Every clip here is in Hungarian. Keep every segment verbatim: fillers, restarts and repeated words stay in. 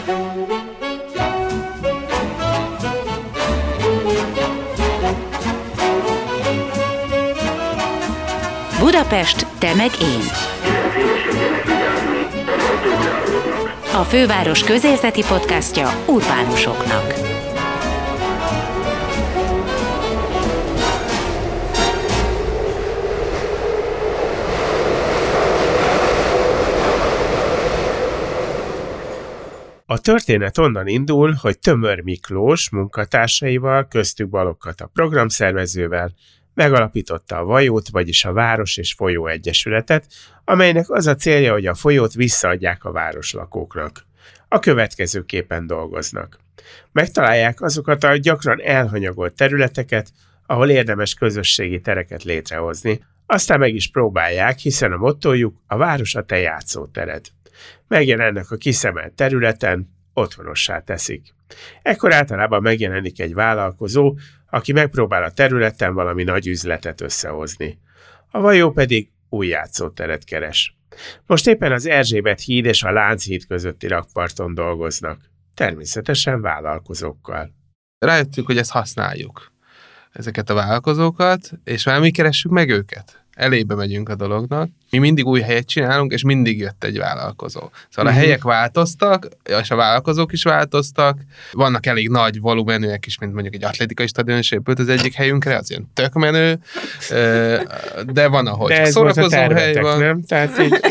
Budapest, te meg én. A főváros közérzeti podcastja urbánusoknak. A történet onnan indul, hogy Tömör Miklós munkatársaival, köztük Balogh Kata programszervezővel megalapította a Vajót, vagyis a Város és Folyó Egyesületet, amelynek az a célja, hogy a folyót visszaadják a városlakóknak. A következőképpen dolgoznak. Megtalálják azokat a gyakran elhanyagolt területeket, ahol érdemes közösségi tereket létrehozni, aztán meg is próbálják, hiszen a mottójuk a város a te játszótered. Megjelennek a kiszemelt területen, otthonossá teszik. Ekkor általában megjelenik egy vállalkozó, aki megpróbál a területen valami nagy üzletet összehozni. A Vajó pedig új játszóteret keres. Most éppen az Erzsébet híd és a Lánchíd közötti rakparton dolgoznak. Természetesen vállalkozókkal. Rájöttünk, hogy ezt használjuk, ezeket a vállalkozókat, és már mi keressük meg őket. Elébe megyünk a dolognak. Mi mindig új helyet csinálunk, és mindig jött egy vállalkozó. Szóval a helyek változtak, és a vállalkozók is változtak. Vannak elég nagy volumenűek is, mint mondjuk egy atlétikai stadion is épült az egyik helyünkre, az ilyen tök menő, de van, ahogy de szórakozó hely van. Nem? Tehát így...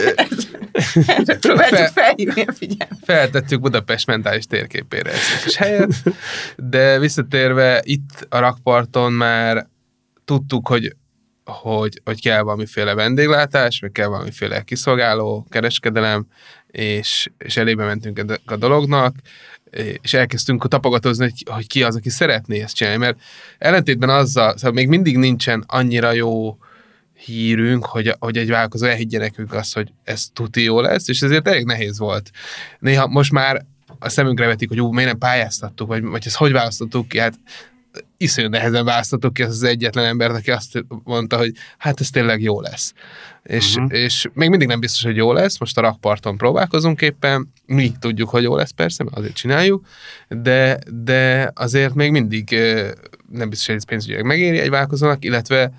Próbáltuk felhívni a figyelmet. Feltettük Budapest mentális térképére ezt a kis helyet, de visszatérve itt a rakparton már tudtuk, hogy Hogy, hogy kell valamiféle vendéglátás, meg kell valamiféle kiszolgáló kereskedelem, és, és elébe mentünk a dolognak, és elkezdtünk tapogatózni, hogy, hogy ki az, aki szeretné ezt csinálni, mert ellentétben azzal, szóval még mindig nincsen annyira jó hírünk, hogy, hogy egy vállalkozó elhiggye nekünk azt, hogy ez tuti jó lesz, és ezért elég nehéz volt. Néha most már a szemünkre vetik, hogy ú, miért nem pályáztattuk, vagy, vagy ezt hogy választottuk ki, hát iszonyú nehezen választottuk ki az egyetlen embert, aki azt mondta, hogy hát ez tényleg jó lesz. És, uh-huh. és még mindig nem biztos, hogy jó lesz, most a rakparton próbálkozunk éppen, mi tudjuk, hogy jó lesz persze, mert azért csináljuk, de, de azért még mindig nem biztos, hogy ez pénzügyileg megéri egy vállalkozónak, illetve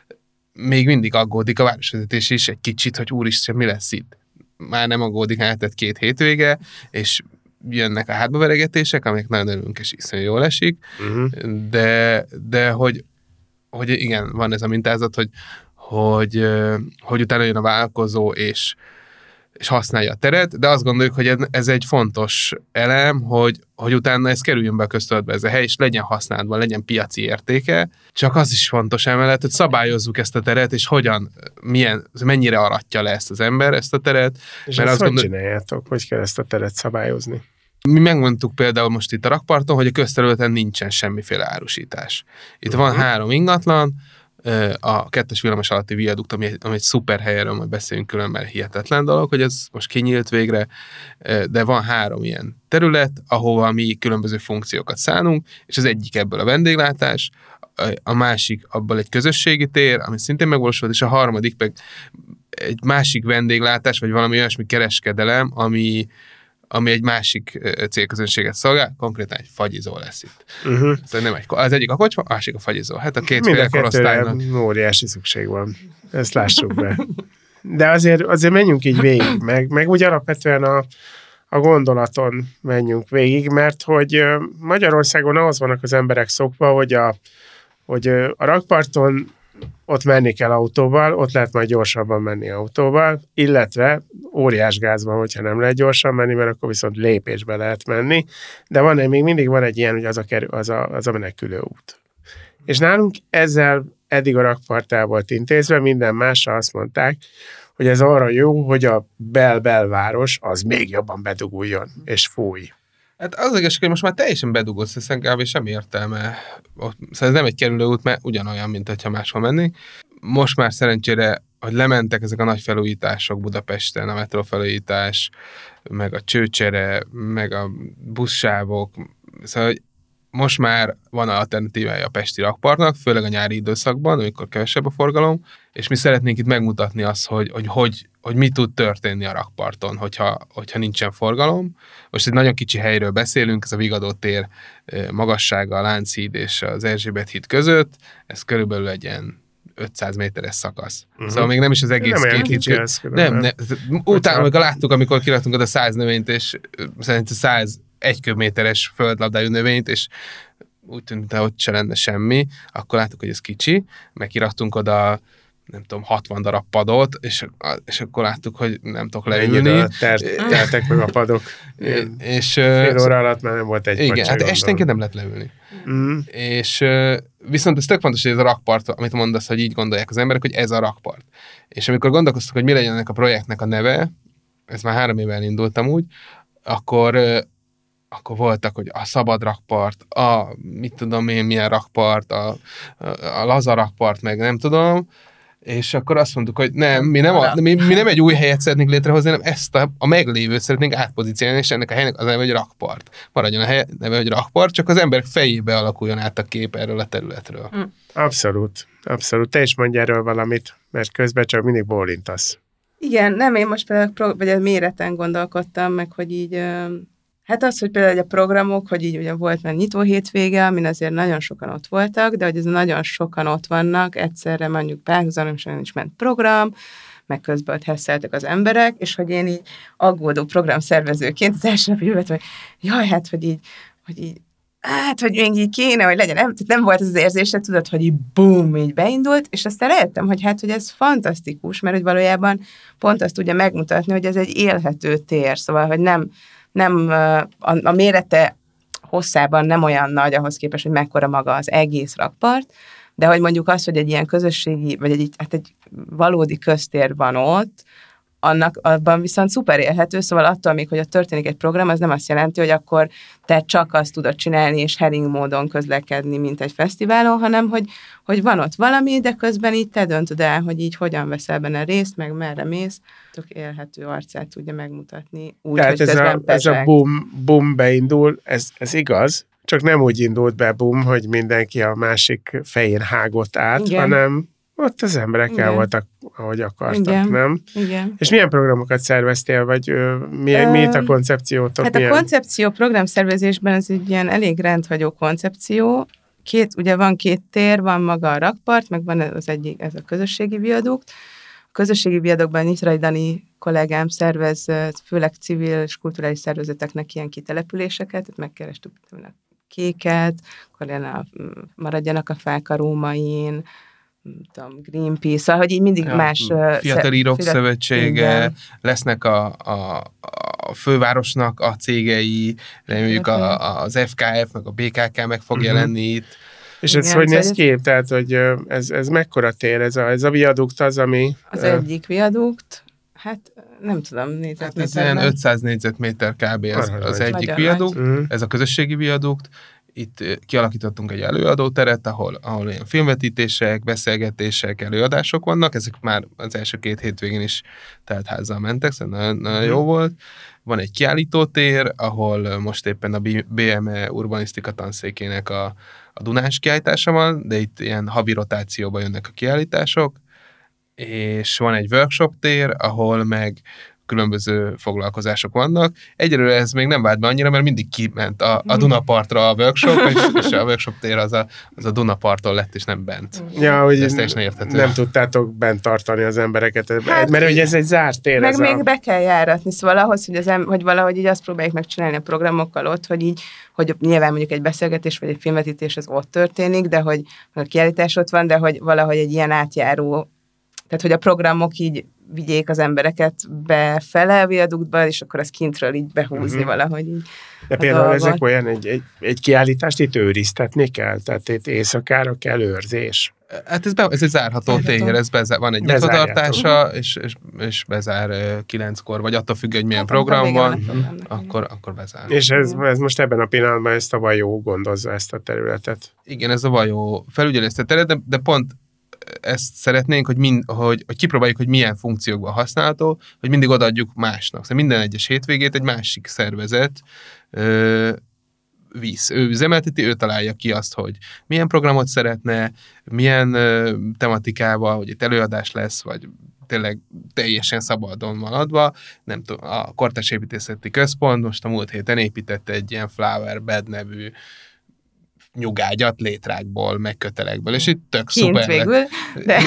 még mindig aggódik a városvezetés is egy kicsit, hogy úristen, mi lesz itt. Már nem aggódik, eltett két hétvége, és jönnek a hátbaveregetések, amelyek nagyon örülünk, és iszonyú jól esik, uh-huh. de, de hogy, hogy igen, van ez a mintázat, hogy, hogy, hogy utána jön a vállalkozó, és, és használja a teret, de azt gondoljuk, hogy ez egy fontos elem, hogy, hogy utána ez kerüljön be a köztudatba ez a hely, és legyen használatban, legyen piaci értéke, csak az is fontos emellett, hogy szabályozzuk ezt a teret, és hogyan, milyen, mennyire aratja le ezt az ember, ezt a teret. És ezt hogy gondol... csináljátok, hogy kell ezt a teret szabályozni? Mi megmondtuk például most itt a rakparton, hogy a közterületen nincsen semmiféle árusítás. Itt uh-huh. van három ingatlan, a kettes villamos alatti viadukt, ami egy, ami egy szuper hely, erről majd beszélünk külön, mert hihetetlen dolog, hogy ez most kinyílt végre, de van három ilyen terület, ahova mi különböző funkciókat szánunk, és az egyik ebből a vendéglátás, a másik abból egy közösségi tér, ami szintén megvalósult, és a harmadik meg egy másik vendéglátás, vagy valami olyasmi kereskedelem, ami ami egy másik célközönséget szolgál, konkrétan egy fagyizó lesz itt. Uh-huh. Szóval nem egy, az egyik a kocsma, a másik a fagyizó. Hát a két féle korosztálynak. Óriási szükség van. Ezt lássuk be. De azért, azért menjünk így végig, meg, meg úgy alapvetően a, a gondolaton menjünk végig, mert hogy Magyarországon ahhoz vannak az emberek szokva, hogy a, hogy a rakparton ott menni kell autóval, ott lehet majd gyorsabban menni autóval, illetve óriás gázban, hogyha nem lehet gyorsan menni, mert akkor viszont lépésbe lehet menni, de van, még mindig van egy ilyen, hogy az a, kerül, az a, az a menekülő út. És nálunk ezzel eddig a rakpart el volt intézve, minden másra azt mondták, hogy ez arra jó, hogy a bel-belváros az még jobban beduguljon, és fúj. Hát az igazság, hogy most már teljesen bedugolsz, hiszen kb. Semmi értelme. Szóval ez nem egy kerülőút, mert ugyanolyan, mint hogyha máshol mennénk. Most már szerencsére, hogy lementek ezek a nagy felújítások Budapesten, a metrófelújítás, meg a csőcsere, meg a buszsávok. Szóval most már van alternatívája a pesti rakpartnak, főleg a nyári időszakban, amikor kevesebb a forgalom, és mi szeretnénk itt megmutatni azt, hogy hogy, hogy, hogy mi tud történni a rakparton, hogyha, hogyha nincsen forgalom. Most egy nagyon kicsi helyről beszélünk, ez a Vigadó tér magassága, a Lánchíd és az Erzsébet híd között, ez körülbelül egy ilyen ötszáz méteres szakasz. Uh-huh. Szóval még nem is az egész nem két kicsi. Nem, nem. Utána, amikor láttuk, amikor kiraktunk oda száz növényt, és szerintem száz egy köbméteres földlabdájú növényt, és úgy tűnt, hogy se lenne semmi, akkor láttuk, hogy ez kicsi, meg kiraktunk oda nem tudom, hatvan darab padot, és, és akkor láttuk, hogy nem tudok leülni. Teltek meg a padok. És, fél óra alatt már nem volt egy pad. Igen, hát esténként nem lehet leülni. Mm. És viszont ez tök fontos, hogy ez a rakpart, amit mondasz, hogy így gondolják az emberek, hogy ez a rakpart. És amikor gondolkoztak, hogy mi legyen ennek a projektnek a neve, ez már három éve elindultam úgy, akkor akkor voltak, hogy a szabad rakpart, a mit tudom én milyen rakpart, a, a laza rakpart, meg nem tudom, és akkor azt mondtuk, hogy nem, mi nem, a, mi, mi nem egy új helyet szeretnénk létrehozni, hanem ezt a, a meglévőt szeretnénk átpozícionálni, és ennek a helynek az neve, hogy rakpart. Maradjon a hely, neve, hogy rakpart, csak az emberek fejébe alakuljon át a kép erről a területről. Abszolút, abszolút. Te is mondj erről valamit, mert közben csak mindig bólintasz. Igen, nem, én most például vagy a méreten gondolkodtam, meg hogy így... Hát az, hogy például a programok, hogy így ugye volt már nyitó hétvége, amin azért nagyon sokan ott voltak, de hogy ez nagyon sokan ott vannak, egyszerre mondjuk párhuzamosan is ment program, meg közben ott hesszeltek az emberek, és hogy én így aggódó programszervezőként az első nap jöttem, hogy jaj, hát, hogy így, hogy így, hát, hogy még így kéne, hogy legyen, nem, nem volt az az érzése, tudod, hogy így bum, így beindult, és aztán rájöttem, hogy hát, hogy ez fantasztikus, mert hogy valójában pont azt tudja megmutatni, hogy ez egy élhető tér, szóval, hogy nem nem, a, a mérete hosszában nem olyan nagy ahhoz képest, hogy mekkora maga az egész rakpart, de hogy mondjuk az, hogy egy ilyen közösségi, vagy egy, hát egy valódi köztér van ott, annak abban viszont szuper élhető, szóval attól még, hogy ott történik egy program, az nem azt jelenti, hogy akkor te csak azt tudod csinálni, és hering módon közlekedni, mint egy fesztiválon, hanem hogy, hogy van ott valami, de közben így te döntöd el, hogy így hogyan veszel benne részt, meg merre mész, tök élhető arcát tudja megmutatni. Úgy, Tehát hogy ez, a, ez a boom, boom beindul, ez, ez igaz, csak nem úgy indult be boom, hogy mindenki a másik fején hágott át, igen, hanem ott az emberek igen, el voltak, ahogy akartak, igen, nem? Igen. És milyen programokat szerveztél, vagy ö, mi, ö, mi itt a koncepciótok? Hát milyen? A koncepció programszervezésben ez egy ilyen elég rendhagyó koncepció. Két, ugye van két tér, van maga a rakpart, meg van az egyik, ez a közösségi viadukt. A közösségi viadukban Nyitrai Dani kollégám szervez, főleg civil és kulturális szervezeteknek ilyen kitelepüléseket, tehát megkerestük a kéket, akkor a, maradjanak a fák a Rómain, tudom, Greenpeace, szóval, hogy így mindig ja, más... Fiatal Írók Fiat... Szövetsége, igen, lesznek a, a, a fővárosnak a cégei, reméljük a, az ef ká ef, meg a bé ká ká meg fog uh-huh. jelenni itt. És ez igen, hogy néz ki? Tehát, hogy ez, ez mekkora tér? Ez a, ez a viadukt az, ami... Az uh... egyik viadukt, hát nem tudom, négyzetméter. Hát ez ilyen ötszáz négyzetméter kb. Az, az egyik viadukt, uh-huh. ez a közösségi viadukt. Itt kialakítottunk egy előadóteret, ahol, ahol ilyen filmvetítések, beszélgetések, előadások vannak, ezek már az első két hétvégén is teltházzal mentek, szóval nagyon, nagyon jó volt. Van egy kiállítótér, ahol most éppen a bé em e urbanisztika tanszékének a, a Dunás kiállítása van, de itt ilyen havi rotációban jönnek a kiállítások, és van egy workshop tér, ahol meg különböző foglalkozások vannak. Egyelőre ez még nem vált be annyira, mert mindig kiment a, a Dunapartra a workshop, és, és a workshop tér az a, az a Dunaparton lett, és nem bent. Ja, hogy ez teljesen érthető. Nem tudtátok bent tartani az embereket, hát, mert hogy ez egy zárt tér. Meg még a... be kell járatni, szóval ahhoz, hogy, az em- hogy valahogy így azt próbáljuk megcsinálni a programokkal ott, hogy így, hogy nyilván mondjuk egy beszélgetés, vagy egy filmvetítés az ott történik, de hogy a kiállítás ott van, de hogy valahogy egy ilyen átjáró, tehát hogy a programok így vigyék az embereket befele a viaduktba, és akkor az kintről így behúzni uh-huh. valahogy így. De például dolgot. Ezek olyan, egy, egy, egy kiállítást itt őriztetni kell? Tehát itt éjszakára kell őrzés? Hát ez, be, ez egy zárható tér, ez bezár, van egy nyitvatartása, uh-huh. és, és, és bezár kilenckor, vagy attól függ, hogy milyen hát, program van, uh-huh. akkor, akkor bezár. És ez, ez most ebben a pillanatban ezt a Vajó gondozza ezt a területet? Igen, ez a Vajó felügyeli ezt a területet, de, de pont ezt szeretnénk, hogy, mind, hogy, hogy kipróbáljuk, hogy milyen funkciókban használható, hogy mindig odaadjuk másnak. Szóval minden egyes hétvégét egy másik szervezet ö, visz. Ő üzemelteti, ő találja ki azt, hogy milyen programot szeretne, milyen uh, tematikával, hogy itt előadás lesz, vagy tényleg teljesen szabadon van adva. Nem tudom, a Kortárs Építészeti Központ most a múlt héten építette egy ilyen Flower Bed nevű nyugágyat létrákból, meg kötelekből, és itt tök Kint szuper végül, de...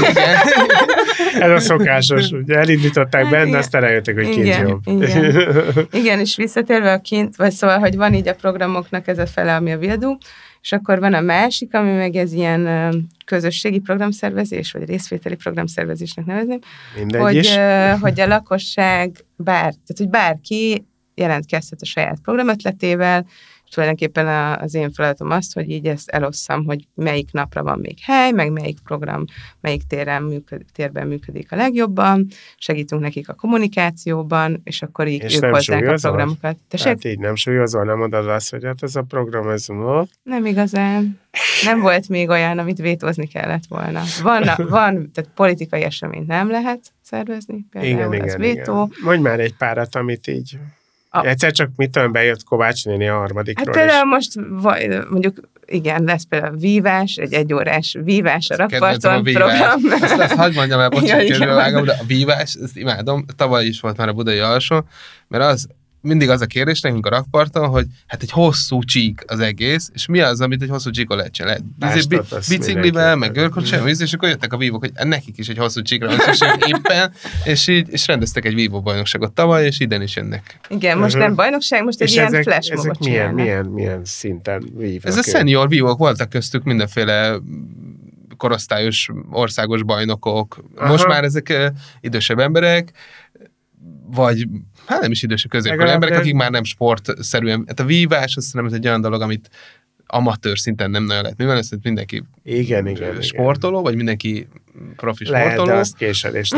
Ez a szokásos, ugye elindították Hát benne, igen. aztán rájöttek, hogy kint Igen, jobb. igen. Igen, és visszatérve a kint, vagy szóval, hogy van így a programoknak ez a fele, ami a Vildu, és akkor van a másik, ami meg ez ilyen ö, közösségi programszervezés, vagy részvételi programszervezésnek nevezném, Mindegy hogy, is. ö, hogy a lakosság bár, tehát hogy bárki jelentkezhet a saját programötletével, tulajdonképpen a, az én feladatom azt, hogy így ezt elosszam, hogy melyik napra van még hely, meg melyik program, melyik téren működ, térben működik a legjobban, segítünk nekik a kommunikációban, és akkor így És ők nem hozzák a súlyozol? programokat. Tessék? Hát így nem súlyozol, nem mondod azt, hogy hát ez a program, ez no. Nem igazán. Nem volt még olyan, amit vétózni kellett volna. Van, van tehát politikai eseményt nem lehet szervezni, például Igen, ez igen, vétó. igen. Mondj már egy párat, amit így... A- Egyszer csak mit tudom, bejött Kovács néni a harmadikról. Hát például most va- mondjuk, igen, lesz például vívás, egy egyórás vívás a rakparton program. Azt, azt hagyd mondjam el, bocsánat, Ja, igen. közbevágom, de a vívás, ezt imádom, tavaly is volt már a Budai Alsó, mert az mindig az a kérdés nekünk a rakparton, hogy hát egy hosszú csík az egész, és mi az, amit egy hosszú csíkon lehet csinálni? Mástot, azt Biciklivel, meg mindenképpen. görkocsival, és akkor jöttek a vívók, hogy nekik is egy hosszú csíkra van szükség éppen, és így és rendeztek egy vívó bajnokságot tavaly, és idén is jönnek. Igen, most Uh-huh. nem bajnokság, most egy És ilyen ezek, flash ezek mobot milyen, csinálnak. milyen, milyen szinten vívnak? Ez a ők? senior vívók, voltak köztük mindenféle korosztályos országos bajnokok. Most Aha. már ezek uh, idősebb emberek, vagy hát nem is idősebb középkori Legalább emberek, nem- akik már nem sportszerűen. Hát a vívás, azt hiszem, ez egy olyan dolog, amit amatőr szinten nem nagyon lehet művelni, ezt mindenki Igen, igen, sportoló, vagy mindenki profi igen. Lehet, de sportoló. azt késelést.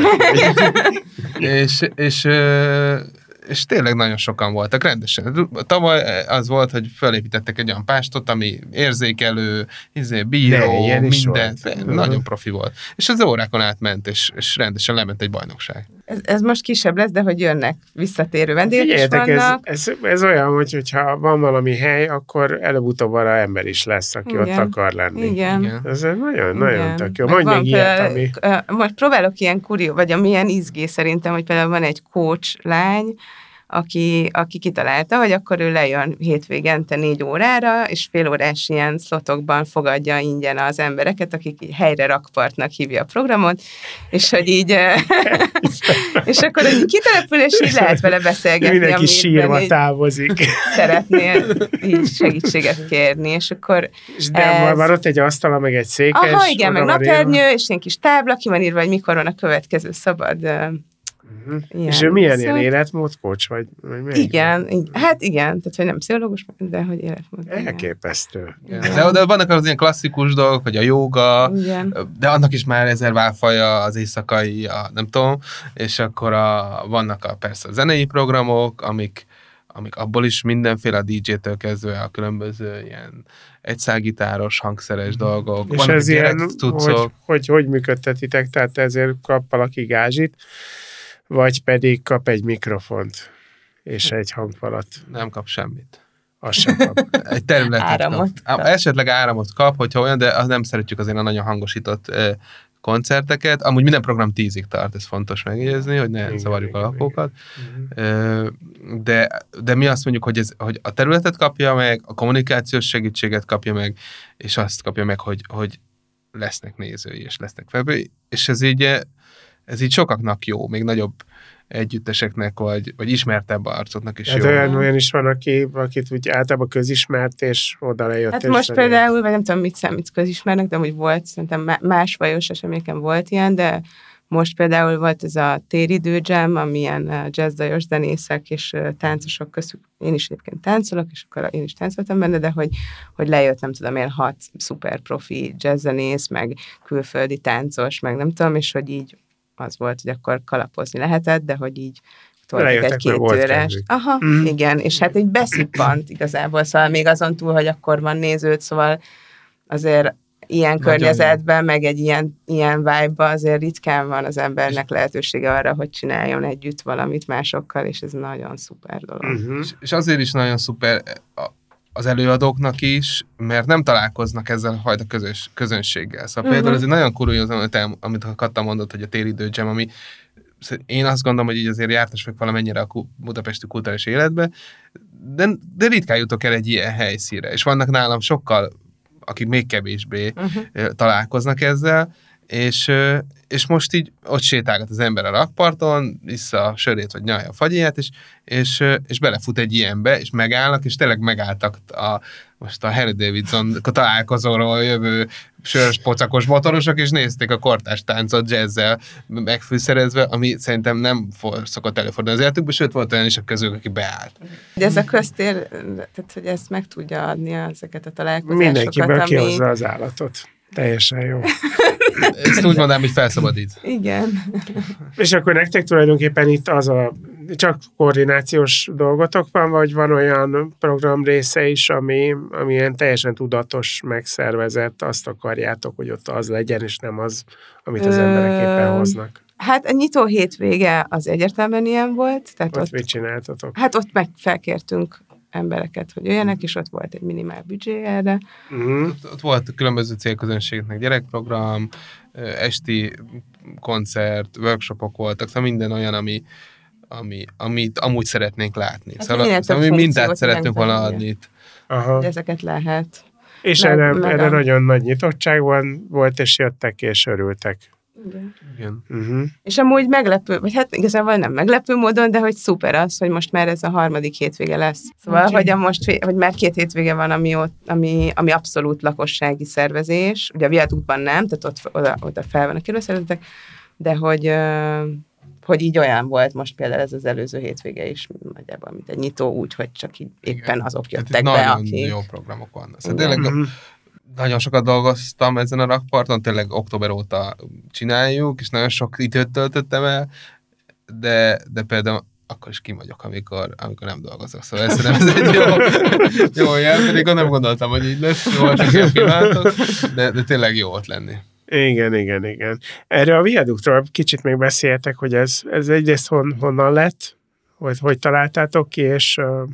és, és, ö, és tényleg nagyon sokan voltak rendesen. Tavaly az volt, hogy felépítettek egy olyan pástot, ami érzékelő, izé, bíró, Ne, ilyen is minden. volt. Nagyon profi volt. És az órákon átment, és, és rendesen lement egy bajnokság. Ez, ez most kisebb lesz, de hogy jönnek visszatérő vendégek is Figyeljetek, ez, vannak. ez, ez olyan, hogy hogyha van valami hely, akkor előbb-utóbb arra ember is lesz, aki Igen. ott akar lenni. Igen. Igen. Ez nagyon, nagyon tök jó. Meg Mondj van még ilyet, például, ami... ö, most próbálok ilyen kurió, vagy amilyen izgé szerintem, hogy például van egy coach lány, aki, aki kitalálta, hogy akkor ő lejön hétvégente négy órára, és fél órás ilyen szlotokban fogadja ingyen az embereket, akik így helyre rakpartnak hívja a programot, és hogy így, ö, és akkor egy kitelepül, és így lehet vele beszélgetni, Mindenki amiben sírva így távozik. szeretnél így segítséget kérni, és akkor És de ez- van ott egy asztala, meg egy székes. aha, igen, meg oda van írva. napernyő, és ilyen kis tábla, ki van írva, hogy mikor van a következő szabad. ö, Mhm. ilyen. És ő milyen Szóval- ilyen életmódcoach, vagy, vagy melyik? Igen, így, hát igen, tehát hogy nem pszichológus, de hogy életmód. igen. Elképesztő. De, de vannak az ilyen klasszikus dolgok, hogy a jóga, Igen. de annak is már ezer válfaja, az éjszakai, a, nem tudom, és akkor a, vannak a, persze a zenei programok, amik, amik abból is mindenféle a dé dzsé-től kezdve a különböző ilyen egyszágitáros, hangszeres dolgok. És vannak ez ilyen, gyerek hogy, cuccok. hogy, hogy működtetitek, tehát ezért kap valaki gázsit, vagy pedig kap egy mikrofont, és egy hangfalat. Nem kap semmit. Az sem kap. Egy területet Áramot kap. kap. Esetleg áramot kap, hogyha olyan, de az nem szeretjük azért a nagyon hangosított ö, koncerteket. Amúgy minden program tízig tart, ez fontos megjegyezni, hogy ne Igen, zavarjuk a igen, lakókat. Ö, De, de mi azt mondjuk, hogy, ez, hogy a területet kapja meg, a kommunikációs segítséget kapja meg, és azt kapja meg, hogy, hogy lesznek nézői, és lesznek felvői, és ez így, ez így sokaknak jó, még nagyobb együtteseknek, vagy, vagy ismertebb arcoknak is Hát jó. olyan, olyan is van, aki, akit úgy általában közismert, és oda lejött. Hát és most szerintem- például, vagy nem tudom, mit számít közismernek, de úgy volt, szerintem má- más vajos eseményeken volt ilyen, de most például volt ez a téridő jam, amilyen jazzdajos zenészek és ö, táncosok közük, én is egyébként táncolok, és akkor én is táncoltam benne, de hogy, hogy lejött, nem tudom én, hat szuper profi jazzzenész, meg külföldi táncos, meg nem tudom, és hogy így az volt, hogy akkor kalapozni lehetett, de hogy így toltak Lejöttek, egy mert volt két órás. kedvük. Aha, Mhm. igen, és hát így beszippant igazából, szóval még azon túl, hogy akkor van néződ, szóval azért ilyen Nagyon környezetben, meg egy ilyen, ilyen vibe-ba azért ritkán van az embernek lehetősége arra, hogy csináljon együtt valamit másokkal, és ez nagyon szuper dolog. Mhm. És, és azért is nagyon szuper, a, az előadóknak is, mert nem találkoznak ezzel a fajta közös, közönséggel. Szóval uh-huh. például ez egy nagyon kuriózum, amit, amit a Katta mondott, hogy a téridő jam, ami én azt gondolom, hogy így azért jártas meg valamennyire a budapesti kulturális életbe, de, de ritkán jutok el egy ilyen helyszínre. És vannak nálam sokkal, akik még kevésbé uh-huh. találkoznak ezzel, és, és most így ott sétálgat az ember a rakparton, vissza a sörét, vagy nyalja a fagyját, és, és, és belefut egy ilyenbe, és megállnak, és tényleg megálltak a, most a Harry Davidson találkozóról jövő sörös pocakos motorosok, és nézték a kortárs táncot jazzzel megfűszerezve, ami szerintem nem szokott előfordulni az életükben, sőt volt olyan is a közül, aki beállt. De ez a köztér, tehát hogy ezt meg tudja adni ezeket a találkozásokat. Mindenkiből ami... kihozza az állatot. Teljesen jó. Ezt úgy mondanám, hogy felszabadít. Igen. És akkor nektek tulajdonképpen itt az a csak koordinációs dolgotok van, vagy van olyan program része is, ami, ami ilyen teljesen tudatos, megszervezett, azt akarjátok, hogy ott az legyen, és nem az, amit az Ö... emberek éppen hoznak? Hát a nyitó hétvége az egyértelműen ilyen volt. Tehát ott, ott mit csináltatok? Hát ott meg felkértünk embereket, hogy jöjjenek, és ott volt egy minimál büdzsé erre. Uh-huh. Ott, ott volt különböző célközönségeknek gyerekprogram, esti koncert, workshopok voltak, szóval minden olyan, ami, ami, amit amúgy szeretnénk látni. Hát szóval, szóval mi mindent szeretnénk volna adni itt. Aha. Ezeket lehet. És meg, erre, meg erre a... nagyon nagy nyitottság van, volt, és jöttek, és örültek. Igen. Igen. Uh-huh. És amúgy meglepő, vagy hát igazából nem meglepő módon, de hogy szuper az, hogy most már ez a harmadik hétvége lesz. Szóval, okay. hogy, a most, hogy már két hétvége van, ami, ott, ami, ami abszolút lakossági szervezés. Ugye a Viaduktban nem, tehát ott oda, oda fel vannak előszervezetek, de hogy, hogy így olyan volt most például ez az előző hétvége is, nagyjából, mint egy nyitó úgy, hogy csak így éppen Igen. azok jöttek hát be, nagyon akik... jó programok vannak. Szóval tényleg uh-huh. nagyon sokat dolgoztam ezen a rakparton, tényleg október óta csináljuk, és nagyon sok időt töltöttem el, de, de például akkor is ki vagyok, amikor, amikor nem dolgozok. Szóval ez, ez egy jó, jó jel, pedig nem gondoltam, hogy így lesz, voltak ilyen pillanatok, de, de tényleg jó ott lenni. Igen, igen, igen. Erre a Viaduktról kicsit még beszéltek, hogy ez, ez egyrészt hon, honnan lett, hogy hogy találtátok ki, és,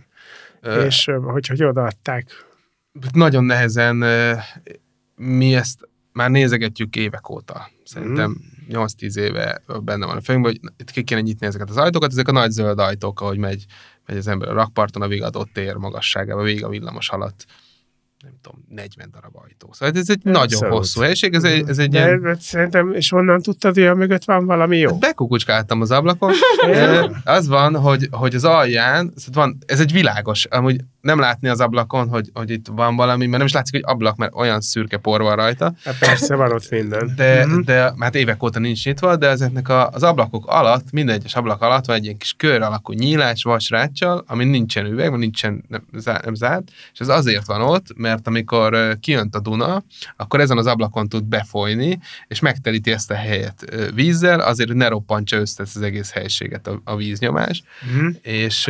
Ö, és hogy, hogy odaadták. Nagyon nehezen mi ezt már nézegetjük évek óta. Szerintem mm. nyolc-tíz éve benne van a fejünkben, hogy itt ki kéne nyitni ezeket az ajtókat, ezek a nagy zöld ajtók, ahogy megy, megy az ember a rakparton, a végadott tér magasságába, végig a villamos alatt. Nem tudom, negyven darab ajtó. Szóval ez egy nagyon Abszolút. hosszú helység, ez egy, ez egy De, ilyen... Szerintem, és honnan tudtad, hogy a mögött van valami jó? Bekukucskáltam az ablakon. Az van, hogy, hogy az alján, van, ez egy világos, amúgy nem látni az ablakon, hogy, hogy itt van valami, mert nem is látszik, hogy ablak, mert olyan szürke por van rajta. Hát persze, van ott minden. De, mm-hmm. de hát évek óta nincs nyitva, de ezeknek a, az ablakok alatt, minden egyes ablak alatt van egy ilyen kis kör alakú nyílás vasráccsal, ami nincsen üveg, vagy nincsen nem, zár, nem zárt, és ez azért van ott, mert amikor kijönt a Duna, akkor ezen az ablakon tud befolyni, és megteríti ezt a helyet vízzel, azért, hogy ne roppantsa össze az egész helységet a, a víznyomás. Mm-hmm. És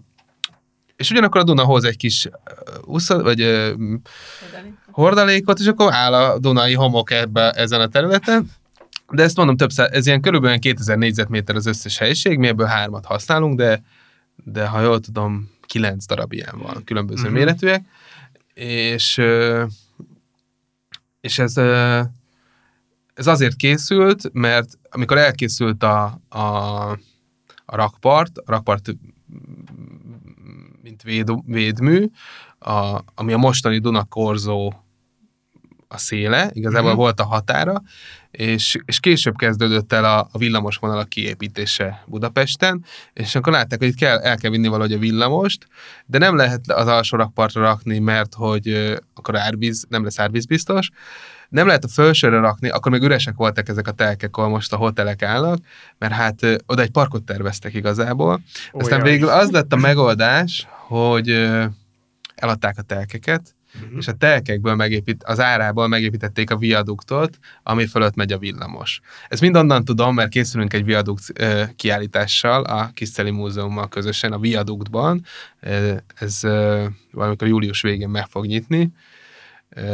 És ugyanakkor a Duna hoz egy kis uszad, vagy uh, hordalékot, és akkor áll a dunai homok ebbe, ezen a területen. De ezt mondom, több száz, ez ilyen körülbelül kétezer négyzetméter az összes helység, mi ebből hármat használunk, de, de ha jól tudom, kilenc darab ilyen van, különböző mm-hmm. méretűek. És, és ez, ez azért készült, mert amikor elkészült a, a, a rakpart, a rakpart mint véd, védmű, a, ami a mostani Dunakorzó a széle, igazából uh-huh. volt a határa, és, és később kezdődött el a, a villamosvonalak kiépítése Budapesten, és akkor látták, hogy itt kell, el kell vinni valahogy a villamost, de nem lehet az alsó rakpartra rakni, mert hogy uh, akkor árvíz, nem lesz árvízbiztos, nem lehet a felsőre rakni, akkor még üresek voltak ezek a telkek, ahol most a hotelek állnak, mert hát ö, oda egy parkot terveztek igazából. Aztán Olyan. végül az lett a megoldás, hogy ö, eladták a telkeket, uh-huh. és a telkekből megépít, az árából megépítették a viaduktot, ami fölött megy a villamos. Ezt mindonnan tudom, mert készülünk egy viadukt ö, kiállítással a Kiszteli Múzeummal közösen a viaduktban. Ez ö, valamikor július végén meg fog nyitni. Ö,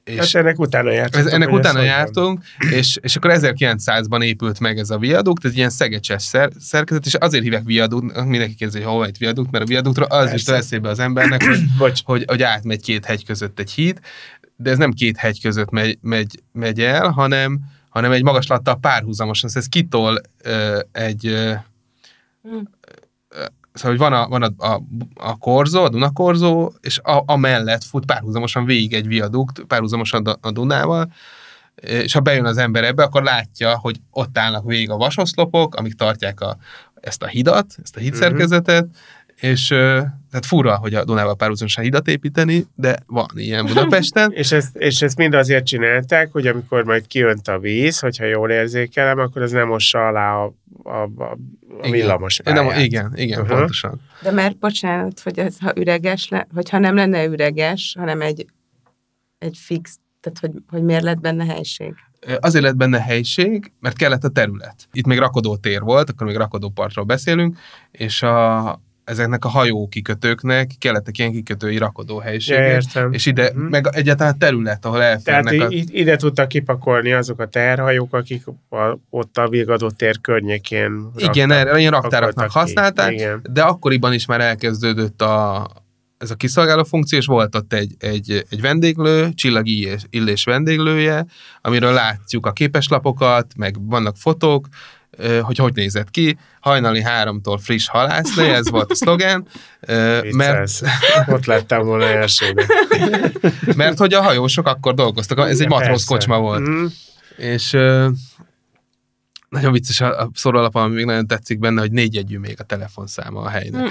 És hát ennek utána jártunk. Ennek utána jártunk, és, és akkor ezerkilencszázban épült meg ez a viadukt, ez ilyen szegecses szer, szerkezet, és azért hívják viadukt, mindenki kérdezi, hogy hol van itt viadukt, mert a viaduktról az is eszébe az embernek, hogy, hogy, hogy átmegy két hegy között egy híd, de ez nem két hegy között megy, megy, megy el, hanem, hanem egy magaslattal párhuzamosan. Szóval ez kitol uh, egy... Uh, hmm. Szóval, hogy van a, van a, a, a korzó, a Dunakorzó, és a, a mellett fut párhuzamosan végig egy viadukt, párhuzamosan a, a Dunával, és ha bejön az ember ebbe, akkor látja, hogy ott állnak végig a vasoszlopok, amik tartják a, ezt a hidat, ezt a hídszerkezetet, mm-hmm. és tehát fura, hogy a Dunával párhuzamosan hidat építeni, de van ilyen Budapesten. és, ezt, és ezt mind azért csinálták, hogy amikor majd kiönt a víz, hogyha jól érzékelem, akkor az nem mossa alá a, a, a, a villamos pályát. Nem, igen, igen, uh-huh. pontosan. De mert bocsánat, hogy ez, ha üreges, le, hogyha nem lenne üreges, hanem egy, egy fix, tehát hogy, hogy miért lett benne helység? Azért lett benne helység, mert kellett a terület. Itt még rakodótér volt, akkor még rakodópartról beszélünk, és a ezeknek a hajó kikötőknek kellettek ilyen kikötői rakodóhelyiségek, ja, és ide, hmm. meg egyáltalán terület, ahol elférnek. Tehát a... ide tudtak kipakolni azok a teherhajók, akik a, ott a Vigadó tér környékén igen, erre ilyen raktáraknak használták, igen. De akkoriban is már elkezdődött a, ez a kiszolgáló funkció, és volt ott egy, egy, egy vendéglő, Csillagi Illés vendéglője, amiről látjuk a képeslapokat, meg vannak fotók, hogy hogy nézett ki. Hajnali háromtól friss halásznő, ez volt a szlogán. Mert... Ott lettem volna elsőnek. Mert hogy a hajósok akkor dolgoztak, ez egy matróz kocsma volt. Mm. És uh, nagyon vicces a, a szórólapon, ami még nagyon tetszik benne, hogy négy jegyű még a telefonszáma a helynek.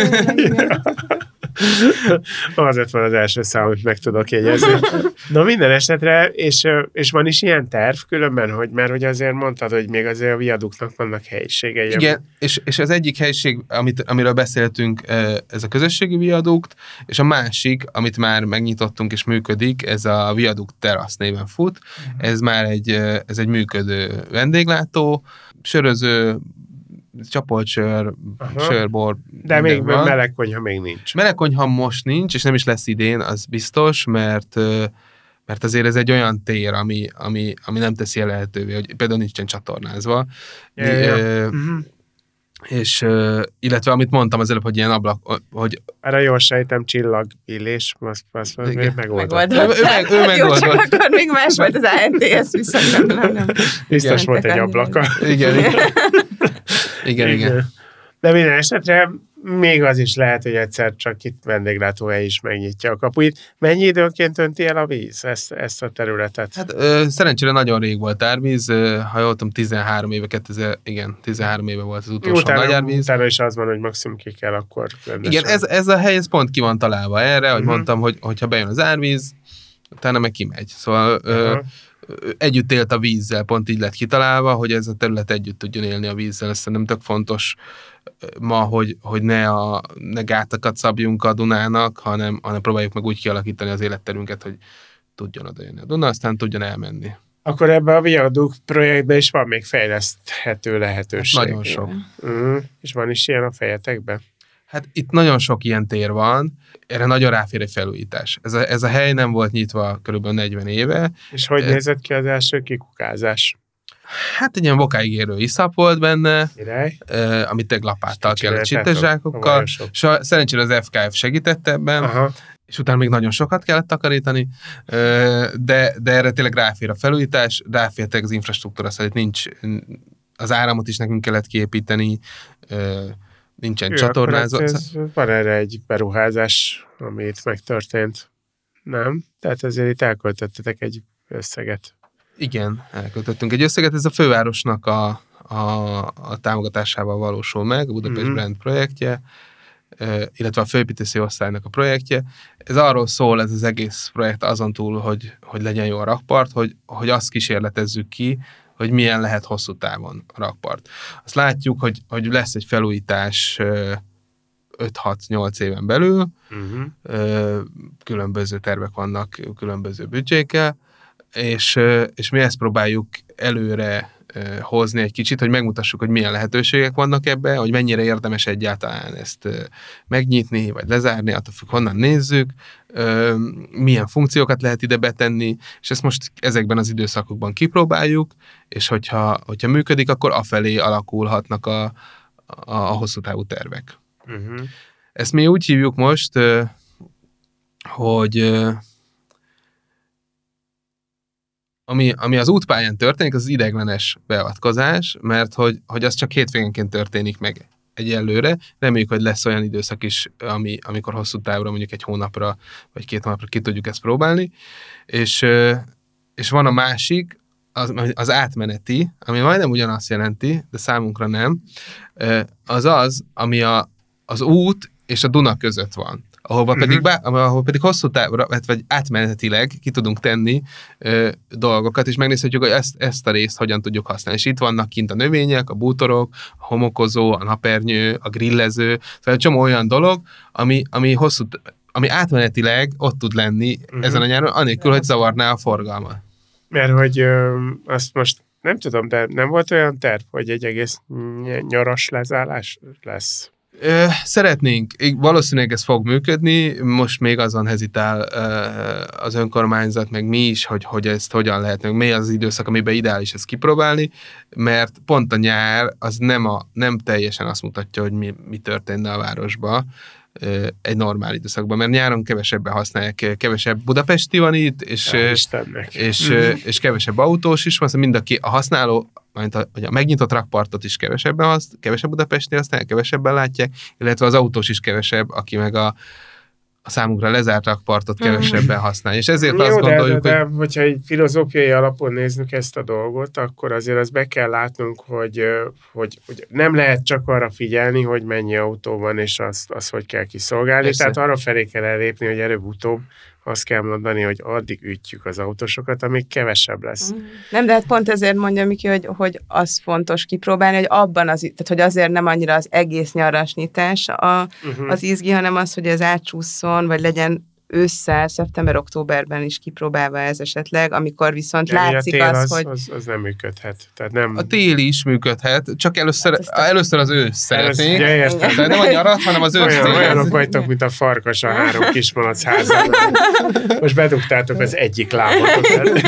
Azért van az első szám, amit meg tudok jegyezni. No, minden esetre, és, és van is ilyen terv különben, hogy mert hogy azért mondtad, hogy még azért a viaduknak vannak helyiségei. Igen, és, és az egyik helység, amit, amiről beszéltünk, ez a közösségi viadukt, és a másik, amit már megnyitottunk és működik, ez a Viadukt Terasz néven fut. Uh-huh. Ez már egy, ez egy működő vendéglátó, söröző, csapoltsör, sörbor. De még van. Melegkonyha még nincs. Melegkonyha most nincs, és nem is lesz idén, az biztos, mert, mert azért ez egy olyan tér, ami, ami, ami nem teszi lehetővé, hogy például nincsen csatornázva. Ja, ja. E, uh-huh. És illetve amit mondtam az előbb, hogy ilyen ablak, hogy... Erre jól sejtem, Csillag Illés, azt, azt megoldott. Megoldott. Ő, ő, meg, ő megoldott. Jó, csak akkor még más volt az á en té es, viszont nem, nem, nem. Biztos volt egy ablaka. Igen, igen. Igen, igen. De minden esetre még az is lehet, hogy egyszer csak itt vendéglátóhely is megnyitja a kapuit. Mennyi időnként önti el a víz ezt, ezt a területet? Hát ö, szerencsére nagyon rég volt árvíz, ö, ha jól tudom, tizenhárom éve, kétezer, igen, tizenhárom éve volt az utolsó utána, nagy árvíz. Utána is az van, hogy maximum ki kell akkor rendesen. Igen, ez, ez a hely, ez pont ki van találva erre, hogy uh-huh. mondtam, hogy hogyha bejön az árvíz, utána meg kimegy. Szóval uh-huh. ö, együtt élt a vízzel, pont így lett kitalálva, hogy ez a terület együtt tudjon élni a vízzel. Ez szerintem tök fontos ma, hogy, hogy ne, a, ne gátakat szabjunk a Dunának, hanem, hanem próbáljuk meg úgy kialakítani az életterünket, hogy tudjon odajönni a Duna, aztán tudjon elmenni. Akkor ebben a Viadukt projektben is van még fejleszthető lehetőség. Hát nagyon sok. Mm, és van is ilyen a fejetekben? Hát itt nagyon sok ilyen tér van, erre nagyon ráfér egy felújítás. Ez a, ez a hely nem volt nyitva körülbelül negyven éve. És hogy e... nézett ki az első kikukázás? Hát egy ilyen bokáig érő iszap volt benne, eh, amit egy lapáttal kellett csintezsákokkal, és a, szerencsére az ef ká ef segített ebben, aha. és utána még nagyon sokat kellett takarítani, de, de erre tényleg ráfér a felújítás, ráfértek az infrastruktúra, szóval nincs, az áramot is nekünk kellett kiépíteni, nincsen csatornázva. Van erre egy beruházás, ami itt megtörtént, nem? Tehát ezért itt elköltöttetek egy összeget. Igen, elköltöttünk egy összeget, ez a fővárosnak a, a, a támogatásával valósul meg, a Budapest mm-hmm. Brand projektje, illetve a főépítési osztálynak a projektje. Ez arról szól, ez az egész projekt azon túl, hogy, hogy legyen jó a rakpart, hogy, hogy azt kísérletezzük ki, hogy milyen lehet hosszú távon a rakpart. Azt látjuk, hogy, hogy lesz egy felújítás öt-hat-nyolc éven belül, uh-huh. különböző tervek vannak, különböző büdzsékkel, és, és mi ezt próbáljuk előre hozni egy kicsit, hogy megmutassuk, hogy milyen lehetőségek vannak ebbe, hogy mennyire érdemes egyáltalán ezt megnyitni, vagy lezárni, attól függ, honnan nézzük, milyen funkciókat lehet ide betenni, és ezt most ezekben az időszakokban kipróbáljuk, és hogyha, hogyha működik, akkor afelé alakulhatnak a, a, a hosszú távú tervek. Uh-huh. Ezt mi úgy hívjuk most, hogy Ami, ami az útpályán történik, az, az ideiglenes beavatkozás, mert hogy, hogy az csak hétvégenként történik meg egyelőre. Reméljük, hogy lesz olyan időszak is, ami, amikor hosszú távra, mondjuk egy hónapra, vagy két hónapra ki tudjuk ezt próbálni. És, és van a másik, az, az átmeneti, ami majdnem ugyanazt jelenti, de számunkra nem, az az, ami a, az út és a Duna között van. Ahova uh-huh. pedig, bá, ahova pedig hosszú távra, vagy átmenetileg ki tudunk tenni ö, dolgokat, és megnézhetjük, hogy ezt, ezt a részt hogyan tudjuk használni. És itt vannak kint a növények, a bútorok, a homokozó, a napernyő, a grillező, szóval egy csomó olyan dolog, ami, ami, hosszú, ami átmenetileg ott tud lenni uh-huh. ezen a nyáron, anélkül, hogy zavarná a forgalmat. Mert hogy ö, azt most nem tudom, de nem volt olyan terv, hogy egy egész nyaras lezállás lesz? Ö, szeretnénk, valószínűleg ez fog működni, most még azon hezitál az önkormányzat, meg mi is, hogy, hogy ezt hogyan lehet, meg mi az, az időszak, amiben ideális ezt kipróbálni, mert pont a nyár az nem, a, nem teljesen azt mutatja, hogy mi, mi történne a városba egy normál időszakban, mert nyáron kevesebben használják, kevesebb budapesti van itt, és, és, és kevesebb autós is van, mind a, ki, a használó, a, a megnyitott rakpartot is kevesebben hasz, kevesebb budapesti használják, kevesebben látják, illetve az autós is kevesebb, aki meg a, a számunkra lezárt rakpartot kevesebben használja. És ezért jó, azt de, gondoljuk, de, de, hogy... hogyha egy filozófiai alapon nézzük ezt a dolgot, akkor azért azt be kell látnunk, hogy, hogy, hogy nem lehet csak arra figyelni, hogy mennyi autó van, és azt, azt hogy kell kiszolgálni. Persze. Tehát arra felé kell elépni, hogy előbb-utóbb azt kell mondani, hogy addig ütjük az autósokat, amíg kevesebb lesz. Nem, de hát pont ezért mondja Miki, hogy, hogy az fontos kipróbálni, hogy abban az, tehát hogy azért nem annyira az egész nyaras nyitás a, uh-huh. az izgi, hanem az, hogy ez átcsúszson, vagy legyen ősszel, szeptember-októberben is kipróbálva ez esetleg, amikor viszont de látszik az, az, hogy... Az, az nem működhet. Tehát nem... A tél is működhet, csak először, hát először az ősz szeretnénk. Először, de nem a nyarat, hanem az ősz. Olyan, olyanok vagytok, mint a farkas a három kismalac házában. Most bedugtátok az egyik lábatot.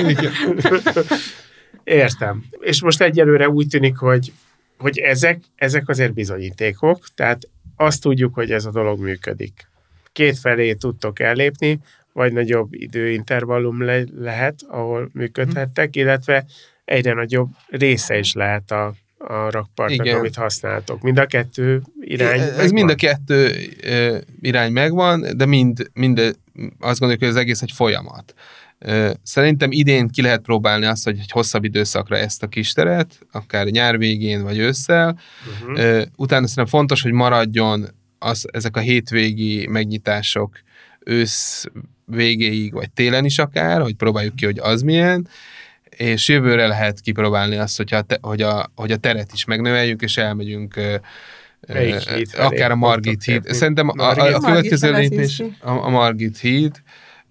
Értem. És most egyelőre úgy tűnik, hogy, hogy ezek, ezek azért bizonyítékok, tehát azt tudjuk, hogy ez a dolog működik. Két felé tudtok ellépni, vagy nagyobb időintervallum le- lehet, ahol működhettek, illetve egyre nagyobb része is lehet a, a rakpartnak, igen. amit használtok. Mind a kettő irány Ez megvan? mind a kettő uh, irány megvan, de mind, mind azt gondoljuk, hogy az egész egy folyamat. Uh, szerintem idén ki lehet próbálni azt, hogy egy hosszabb időszakra ezt a kis teret, akár nyár végén, vagy ősszel. Uh-huh. Uh, utána szerintem fontos, hogy maradjon az, ezek a hétvégi megnyitások ősz végéig, vagy télen is akár, hogy próbáljuk ki, hogy az milyen, és jövőre lehet kipróbálni azt, hogy a, te, hogy a, hogy a teret is megnöveljük, és elmegyünk híd akár a Margit híd. Szerintem Margit. a, a következő lépés a, a Margit híd,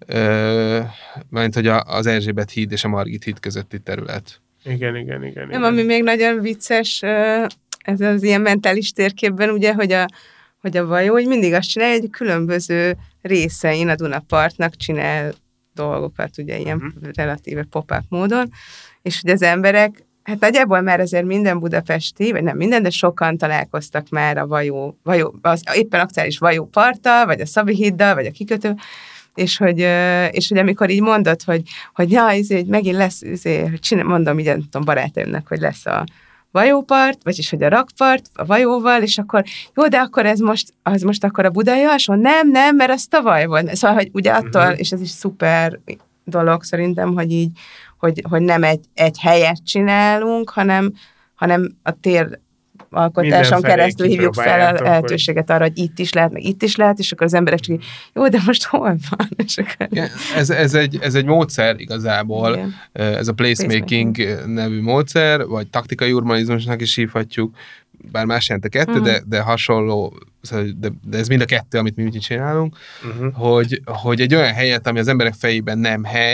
mert hogy a, az Erzsébet híd és a Margit híd közötti terület. Igen, igen, igen. Nem, ami még nagyon vicces, ez az ilyen mentális térképben, ugye, hogy a hogy a Vajó, hogy mindig azt csinálja, hogy különböző részein a Dunapartnak csinál dolgokat, ugye ilyen uh-huh. relatíve pop-up módon, és hogy az emberek, hát nagyjából már azért minden budapesti, vagy nem minden, de sokan találkoztak már a Vajó, Vajó az éppen aktuális Vajó parttal, vagy a Szabi híddal, vagy a kikötő, és hogy, és hogy amikor így mondod, hogy, hogy ja, izé, megint lesz, izé, csinál, mondom így a barátaimnak, hogy lesz a Vajópart, vagyis hogy a rakpart, a Vajóval, és akkor jó, de akkor ez most, az most akkor a budai alsón? Nem, nem, mert az tavaly volt. Szóval, hogy ugye attól, uh-huh. és ez is szuper dolog szerintem, hogy így, hogy, hogy nem egy, egy helyet csinálunk, hanem, hanem a tér alkotáson keresztül hívjuk fel a lehetőséget arra, hogy itt is lehet, meg itt is lehet, és akkor az emberek csak így, jó, de most hol van? És akkor... ez, ez, egy, ez egy módszer igazából, igen. Ez a placemaking nevű módszer, vagy taktikai urbanizmusnak is hívhatjuk, bár más jelent a kettő, uh-huh. de, de hasonló, de, de ez mind a kettő, amit mi úgy csinálunk, uh-huh. hogy, hogy egy olyan helyet, ami az emberek fejében nem hely,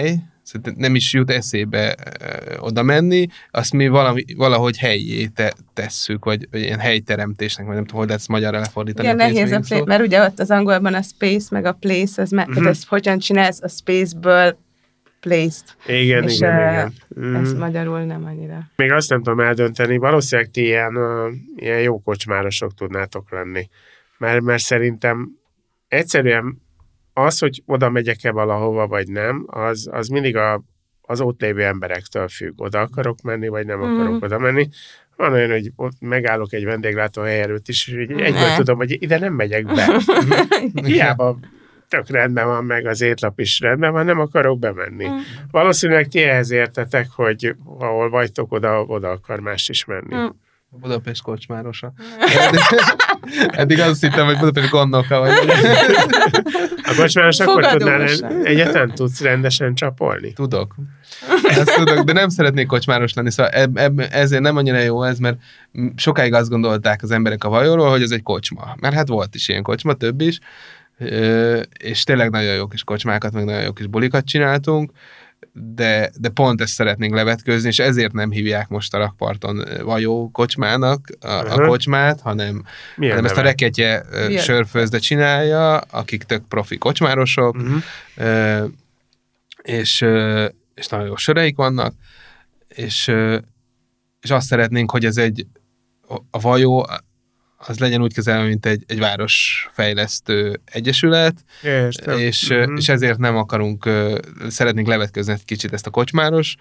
Szóval nem is jut eszébe oda menni, azt mi valami, valahogy helyé te, tesszük, vagy, vagy ilyen helyteremtésnek, vagy nem tudom, hogy lehet ezt magyarra lefordítani. Igen, nehéz a play, mert ugye ott az angolban a space meg a place, az me- uh-huh. tehát ezt hogyan csinálsz a space-ből place-t. Igen, és igen, uh, igen. Mm. Ez magyarul nem annyira. Még azt nem tudom eldönteni, valószínűleg ti ilyen, uh, ilyen jó kocsmárosok tudnátok lenni. Mert, mert szerintem egyszerűen az, hogy oda megyek-e valahova, vagy nem, az, az mindig a, az ott lévő emberektől függ. Oda akarok menni, vagy nem akarok mm. oda menni. Van olyan, hogy ott megállok egy vendéglátóhely előtt is, és egyből ne. tudom, hogy ide nem megyek be. Hiába tök rendben van, meg az étlap is rendben van, nem akarok bemenni. Mm. Valószínűleg ti ehhez értetek, hogy ahol vagytok, oda, oda akar más is menni. Mm. Budapest kocsmárosa. Eddig, eddig azt hittem, hogy Budapest gondnoka vagy. A kocsmáros akkor tudnál, egyetlen tudsz rendesen csapolni? Tudok. Ezt tudok, de nem szeretnék kocsmáros lenni, szóval eb, eb, ezért nem annyira jó ez, mert sokáig azt gondolták az emberek a Vajóról, hogy ez egy kocsma. Mert hát volt is ilyen kocsma, több is, és tényleg nagyon jó kis kocsmákat, meg nagyon jó kis bulikat csináltunk, de, de pont ezt szeretnénk levetkőzni, és ezért nem hívják most a rakparton Vajó kocsmának a, a kocsmát, hanem, hanem ezt a Reketje sörfőzde csinálja, akik tök profi kocsmárosok, uh-huh. és, és nagyon jó söreik vannak, és, és azt szeretnénk, hogy ez egy a Vajó az legyen úgy kezelve, mint egy, egy városfejlesztő egyesület, Értem. és, uh-huh. és ezért nem akarunk, szeretnénk levetközni egy kicsit ezt a kocsmáros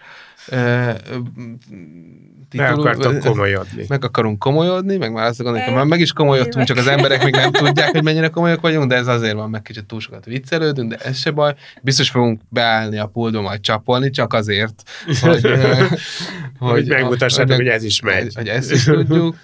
meg akartok komolyodni. Meg akarunk komolyodni, meg már azt gondolom, hogy már meg is komolyodtunk, csak az emberek még nem tudják, hogy mennyire komolyak vagyunk, de ez azért van, meg kicsit túl sokat viccelődünk, de ez se baj. Biztos fogunk beállni a pultba, majd csapolni, csak azért, hogy, hogy, hogy megmutassátok, hogy ez is megy. Hogy, hogy ezt is tudjuk.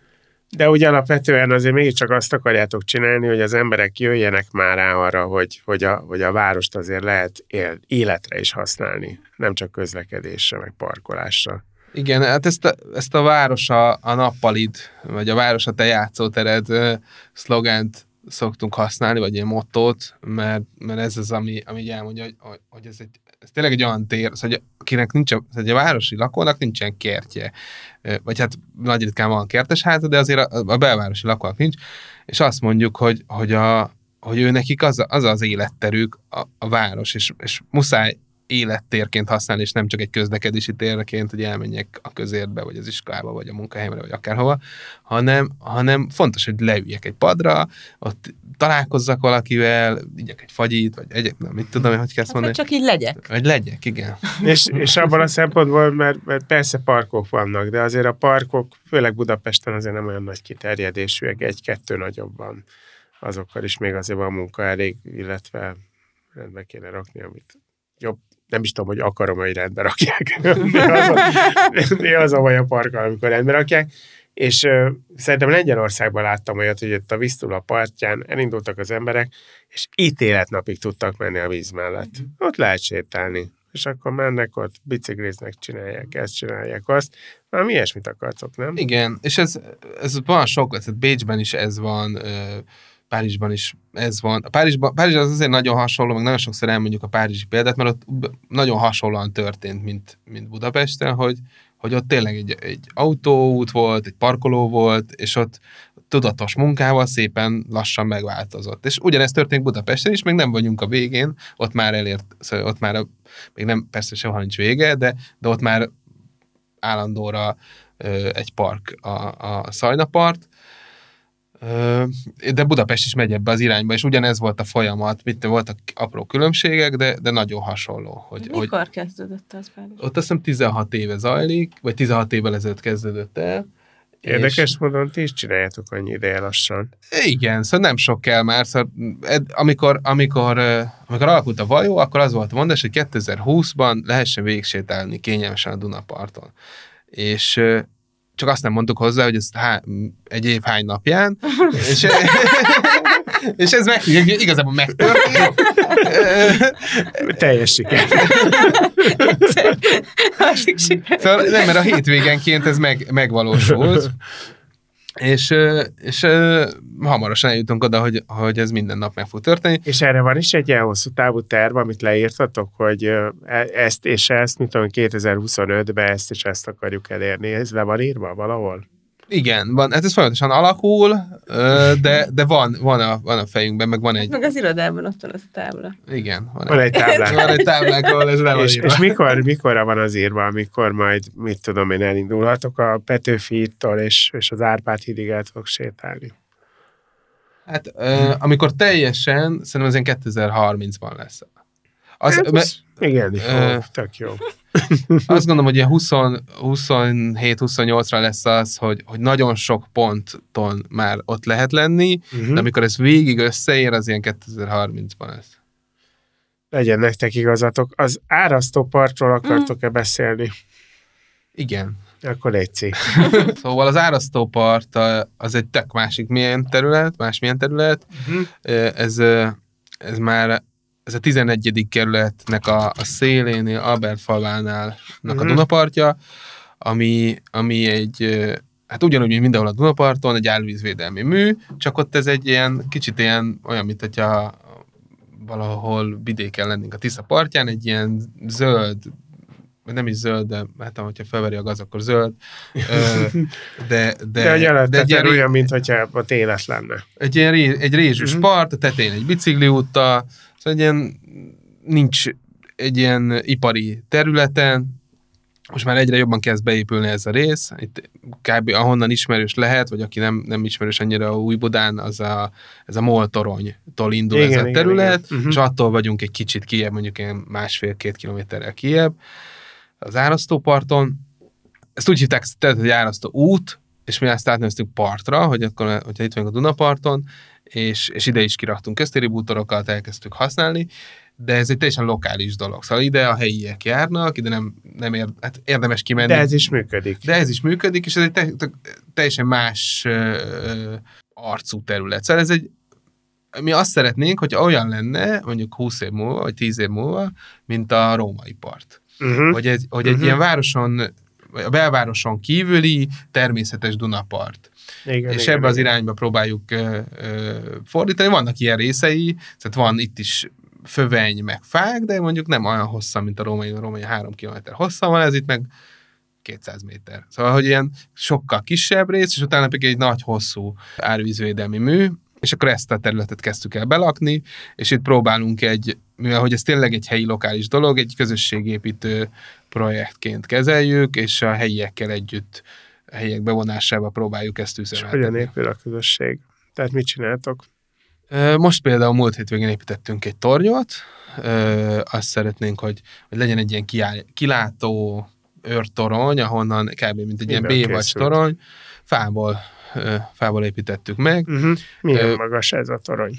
De úgy alapvetően azért mégiscsak azt akarjátok csinálni, hogy az emberek jöjjenek már rá arra, hogy, hogy, a, hogy a várost azért lehet él, életre is használni, nem csak közlekedésre, meg parkolásra. Igen, hát ezt a, ezt a város a, a nappalid, vagy a város a te játszótered uh, szlogánt szoktunk használni, vagy ilyen mottót, mert, mert ez az, ami, ami elmondja, hogy, hogy ez, egy, ez tényleg egy olyan tér, hogy akinek nincs, hogy a városi lakónak nincsen kertje, vagy hát nagy ritkán van kertesháza, de azért a, a belvárosi lakónak nincs, és azt mondjuk, hogy, hogy, a, hogy ő nekik az az, az életterük a, a város, és, és muszáj élettérként használni, és nem csak egy közlekedési térként, hogy elmenjek a közértbe, vagy az iskolába, vagy a munkahelyemre, vagy akárhova, hanem, hanem fontos, hogy leüljek egy padra, ott találkozzak valakivel, igyek egy fagyit, vagy egyek, nem, mit tudom, hogy kell ezt mondani. Csak így legyek. Vagy legyek, igen. és, és abban a szempontból, mert, mert persze parkok vannak, de azért a parkok, főleg Budapesten azért nem olyan nagy kiterjedésűek, egy-kettő nagyobb van. Azokkal is még azért van munka elég, illetve rendbe kéne rakni, amit jobb, nem is tudom, hogy akarom, hogy rendbe rakják. Mi az a, mi az a baj a parkkal, amikor rendbe rakják. És uh, szerintem Lengyelországban láttam olyat, hogy itt a Visztula partján elindultak az emberek, és ítéletnapig tudtak menni a víz mellett. Mm-hmm. Ott lehet sétálni. És akkor mennek ott, bicikliznek, csinálják ezt, csinálják azt. Már mi ilyesmit akartok, nem? Igen, és ez, ez van sok, ez Bécsben is ez van, Párizsban is ez van. A Párizsban, Párizs az azért nagyon hasonló, meg nagyon sokszor elmondjuk a párizsi példát, mert ott nagyon hasonlóan történt, mint, mint Budapesten, hogy, hogy ott tényleg egy, egy autóút volt, egy parkoló volt, és ott tudatos munkával szépen lassan megváltozott. És ugyanezt történik Budapesten is, még nem vagyunk a végén, ott már elért, szóval ott már a, még nem, persze soha nincs vége, de, de ott már állandóra ö, egy park a, a Szajnapart, de Budapest is megy ebbe az irányba, és ugyanez volt a folyamat, mit voltak apró különbségek, de, de nagyon hasonló. Hogy, Mikor hogy kezdődött az Párizs? Ott azt hiszem tizenhat éve zajlik, vagy tizenhat évvel ezelőtt kezdődött el. Érdekes és... módon ti is csináljátok annyi ideje lassan. Igen, szóval nem sok kell már. Szóval, amikor, amikor, amikor alakult a Vajó, akkor az volt a mondás, hogy kétezer-húszban lehessen végigsétálni kényelmesen a Dunaparton. És csak azt nem mondtuk hozzá, hogy ez há, egy év hány napján, és, és ez meg, igazából megtörtént. Teljes siker. Szóval nem, mert a hétvégenként ez meg, megvalósult. És, és hamarosan eljutunk oda, hogy, hogy ez minden nap meg fog történni. És erre van is egy ilyen hosszú távú terv, amit leírtatok, hogy ezt és ezt, mint tudom, kétezer-huszonötben ezt és ezt akarjuk elérni. Ez le van írva valahol? Igen, van, hát ez folyamatosan alakul, de, de van, van, a, van a fejünkben, meg van egy... Meg az irodában ott van az a tábla. Igen. Van, van egy táblánk. Van egy táblánk, ahol ez le van és, írva. és mikor, mikorra van az írva, amikor majd, mit tudom én, elindulhatok a Petőfi hídtól, és, és az Árpád hídig el tudok sétálni? Hát uh, amikor teljesen, szerintem az ilyen kétezer-harmincban lesz. Az, hát, me, igen, uh, ó, tök jó. Azt gondolom, hogy ilyen húsz, huszonhét huszonnyolcra lesz az, hogy, hogy nagyon sok ponton már ott lehet lenni, uh-huh. de amikor ez végig összeér, az ilyen kétezer-harmincban lesz. Legyen nektek igazatok. Az árasztópartról akartok-e beszélni? Igen. Akkor légy. Szóval az árasztópart az egy tök másik milyen terület, más milyen terület. Uh-huh. Ez, ez már ez a tizennegyedik kerületnek a, a szélénél, Albertfalvánál uh-huh. a Dunapartja, ami, ami egy, hát ugyanúgy, mint mindenhol a Dunaparton, egy árvízvédelmi mű, csak ott ez egy ilyen, kicsit ilyen, olyan, mint hogyha valahol vidéken lennénk a Tisza partján, egy ilyen zöld, nem is zöld, de hát hogyha felveri a gaz, akkor zöld. De, de, de, de, de egy ilyen, olyan, mint hogyha ott élet lenne. Egy ilyen ré, egy rézsűs uh-huh. part, a tetején egy bicikliúttal, szóval egy ilyen, nincs egy ilyen ipari területen, most már egyre jobban kezd beépülni ez a rész, itt kb. Ahonnan ismerős lehet, vagy aki nem, nem ismerős annyira Újbudán, az a, ez a MOL toronytól indul igen, ez a terület, igen, igen. Uh-huh. és attól vagyunk egy kicsit kijebb, mondjuk ilyen másfél-két kilométerrel kijebb az árasztóparton. Ezt úgy hívták, tehát, hogy árasztó út, és mi ezt átneveztük partra, hogy akkor, hogyha itt vagyunk a Dunaparton, és, és ide is kiraktunk köztéri bútorokat, elkezdtük használni, de ez egy teljesen lokális dolog. Szóval ide a helyiek járnak, ide nem, nem ér, hát érdemes kimenni. De ez is működik. De ez is működik, és ez egy te, te, teljesen más uh, arcú terület. Szóval ez egy, mi azt szeretnénk, hogy olyan lenne, mondjuk húsz év múlva, vagy tíz év múlva, mint a római part. Uh-huh. Hogy, egy, hogy uh-huh. egy ilyen városon, a belvároson kívüli természetes Dunapart. Igen, és igen, ebbe igen. az irányba próbáljuk uh, uh, fordítani. Vannak ilyen részei, tehát van itt is föveny, meg fák, de mondjuk nem olyan hosszan, mint a római, a római három kilométer hosszan van, ez itt meg kétszáz méter. Szóval, hogy ilyen sokkal kisebb rész, és utána pedig egy nagy, hosszú árvízvédelmi mű, és akkor ezt a területet kezdtük el belakni, és itt próbálunk egy, mivel hogy ez tényleg egy helyi lokális dolog, egy közösségépítő projektként kezeljük, és a helyiekkel együtt, a helyiek bevonásával próbáljuk ezt üzemeltetni. És hogyan épül a közösség? Tehát mit csináltok? Most például múlt hétvégén építettünk egy tornyot, azt szeretnénk, hogy, hogy legyen egy ilyen kilátó őrtorony, ahonnan kb. Mint egy Minden ilyen bévacs torony, fából, fából építettük meg. Uh-huh. Milyen uh, magas ez a torony?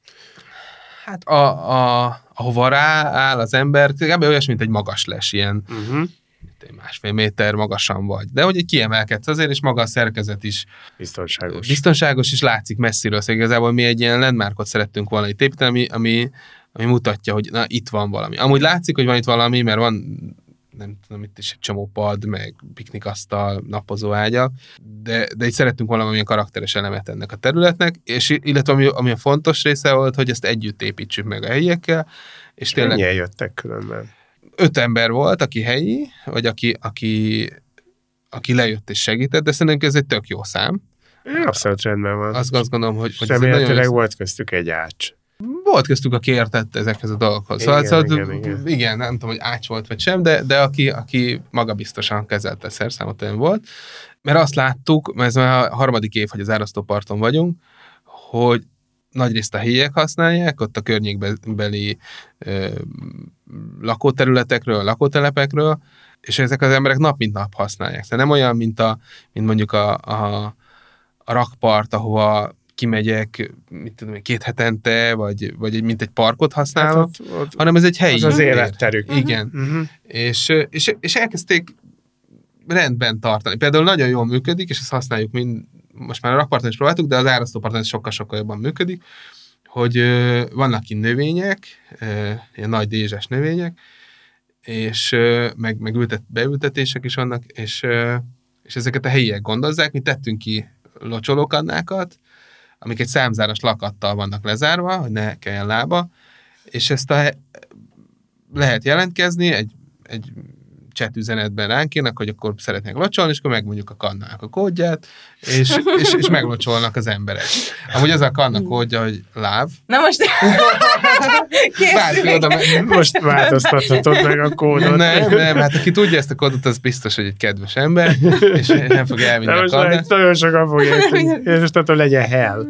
Hát a, a, ahova rááll az ember, kb. Olyasmi, mint egy magas les, ilyen uh-huh. másfél méter magasan vagy. De hogy egy kiemelkedsz azért, és maga a szerkezet is biztonságos. Biztonságos, és látszik messziről. Szóval igazából mi egy ilyen landmarkot szerettünk volna itt építeni, ami, ami, ami mutatja, hogy na, itt van valami. Amúgy látszik, hogy van itt valami, mert van, nem tudom, itt is egy csomó pad, meg piknikasztal, napozó ágyak, de, de itt szerettünk valamilyen karakteres elemet ennek a területnek, és illetve ami, ami a fontos része volt, hogy ezt együtt építsük meg a helyiekkel, és tényleg... Mennyien jöttek különben? Öt ember volt, aki helyi, vagy aki, aki, aki lejött és segített, de szerintem ez egy tök jó szám. Abszolút rendben van. Azt, azt gondolom, hogy... hogy remélhetőleg nagyon... volt köztük egy ács. Volt köztük, aki értett ezekhez a dolgokhoz. Igen, szóval, igen, szóval igen. igen, nem tudom, hogy ács volt vagy sem, de, de aki, aki magabiztosan kezelte a szerszámot, olyan volt. Mert azt láttuk, mert ez már a harmadik év, hogy az árasztóparton vagyunk, hogy nagyrészt a helyiek használják, ott a környékbeli ö, lakóterületekről, lakótelepekről, és ezek az emberek nap mint nap használják. Tehát nem olyan, mint, a, mint mondjuk a, a, a rakpart, ahova kimegyek, mit tudom, két hetente, vagy, vagy mint egy parkot használok, hát ott, ott, hanem ez egy helyi. Az az életterük. Igen. Uh-huh. És, és, és elkezdték rendben tartani. Például nagyon jól működik, és ezt használjuk mind, most már a rakparton is próbáltuk, de az árasztóparton sokkal-sokkal jobban működik, hogy ö, vannak kint növények, ö, ilyen nagy dézses növények, és ö, meg, meg ültet, beültetések is vannak, és, ö, és ezeket a helyiek gondozzák. Mi tettünk ki locsolókannákat, amik egy számzáros lakattal vannak lezárva, hogy ne kelljen lába, és ezt a, lehet jelentkezni, egy, egy chat üzenetben ránk írnak, hogy akkor szeretnék locsolni, és akkor megmondjuk a kannának a kódját, és, és, és meglocsolnak az emberek. Amúgy az a kanna kódja, hogy láv. Na most... Bárki oda meg... Most változtathatod meg a kódot. Nem, nem, hát aki tudja ezt a kódot, az biztos, hogy egy kedves ember, és nem fog elvinni a kannát. Nagyon sokan fogják, és most attól legyen hell.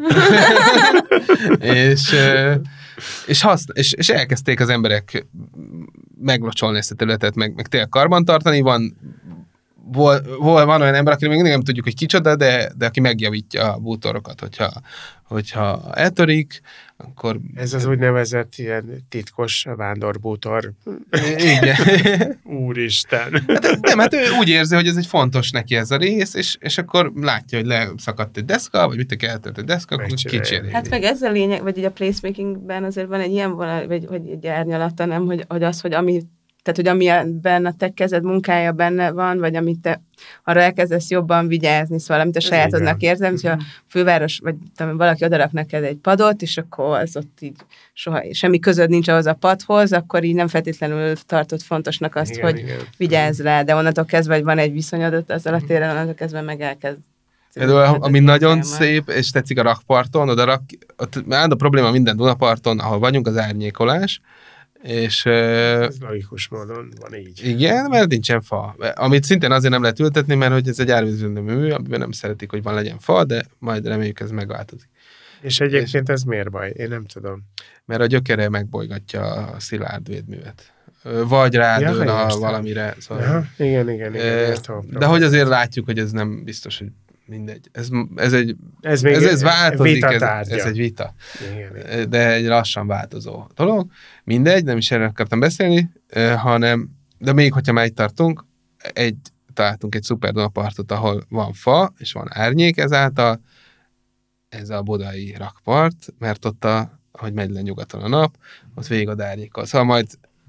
és, és, haszn- és, és elkezdték az emberek meglocsolni ezt a területet, meg, meg tényleg karban tartani. Van, vol, vol, van olyan ember, aki még nem tudjuk, hogy kicsoda, de, de aki megjavítja a bútorokat, hogyha, hogyha eltörik, akkor... Ez az úgynevezett ilyen titkos vándorbútor. Igen. Úristen. Hát, nem, hát ő úgy érzi, hogy ez egy fontos neki ez a rész, és, és akkor látja, hogy leszakadt egy deszka, vagy mit eltört egy deszka, akkor kicséri. Hát meg ez a lényeg, vagy így a placemakingben azért van egy ilyen vonal, vagy, vagy egy árnyalata, nem, hogy, hogy az, hogy ami tehát, hogy amiben a te kezed munkája benne van, vagy amit te arra elkezdesz jobban vigyázni, szóval amit a sajátodnak érzem, hogy a főváros, vagy tudom, valaki odarak neked egy padot, és akkor az ott így soha semmi közöd nincs ahhoz a padhoz, akkor így nem feltétlenül tartod fontosnak azt, igen, hogy igen. vigyázz rá, de onnantól kezdve, hogy van egy viszonyod azzal a téren, onnantól kezdve meg elkezd. Például, ami nagyon szép, és tetszik a rakparton, oda rak, ott a probléma minden Dunaparton, ahol vagyunk, az árnyékolás, és... Ez logikus módon van így. Igen, mert nincsen fa. Amit szintén azért nem lehet ültetni, mert hogy ez egy árvízvédő mű, amiben nem szeretik, hogy van legyen fa, de majd reméljük ez megváltozik. És egyébként és, ez miért baj? Én nem tudom. Mert a gyökere megbolygatja a szilárd védművet. Vagy rádől ja, a valamire. Szóval, ja, igen, igen, igen. E, de hogy azért látjuk, hogy ez nem biztos, hogy mindegy. Ez, ez egy ez, ez, ez változik, ez, tárgya. ez egy vita. Igen. De egy lassan változó dolog. Mindegy, nem is erről akartam beszélni, hanem, de még hogyha már itt tartunk, egy, találtunk egy szuper Dunapartot, ahol van fa, és van árnyék ezáltal, ez a budai rakpart, mert ott, a, ahogy megy le nyugaton a nap, ott végig ad árnyékkal. Szóval majd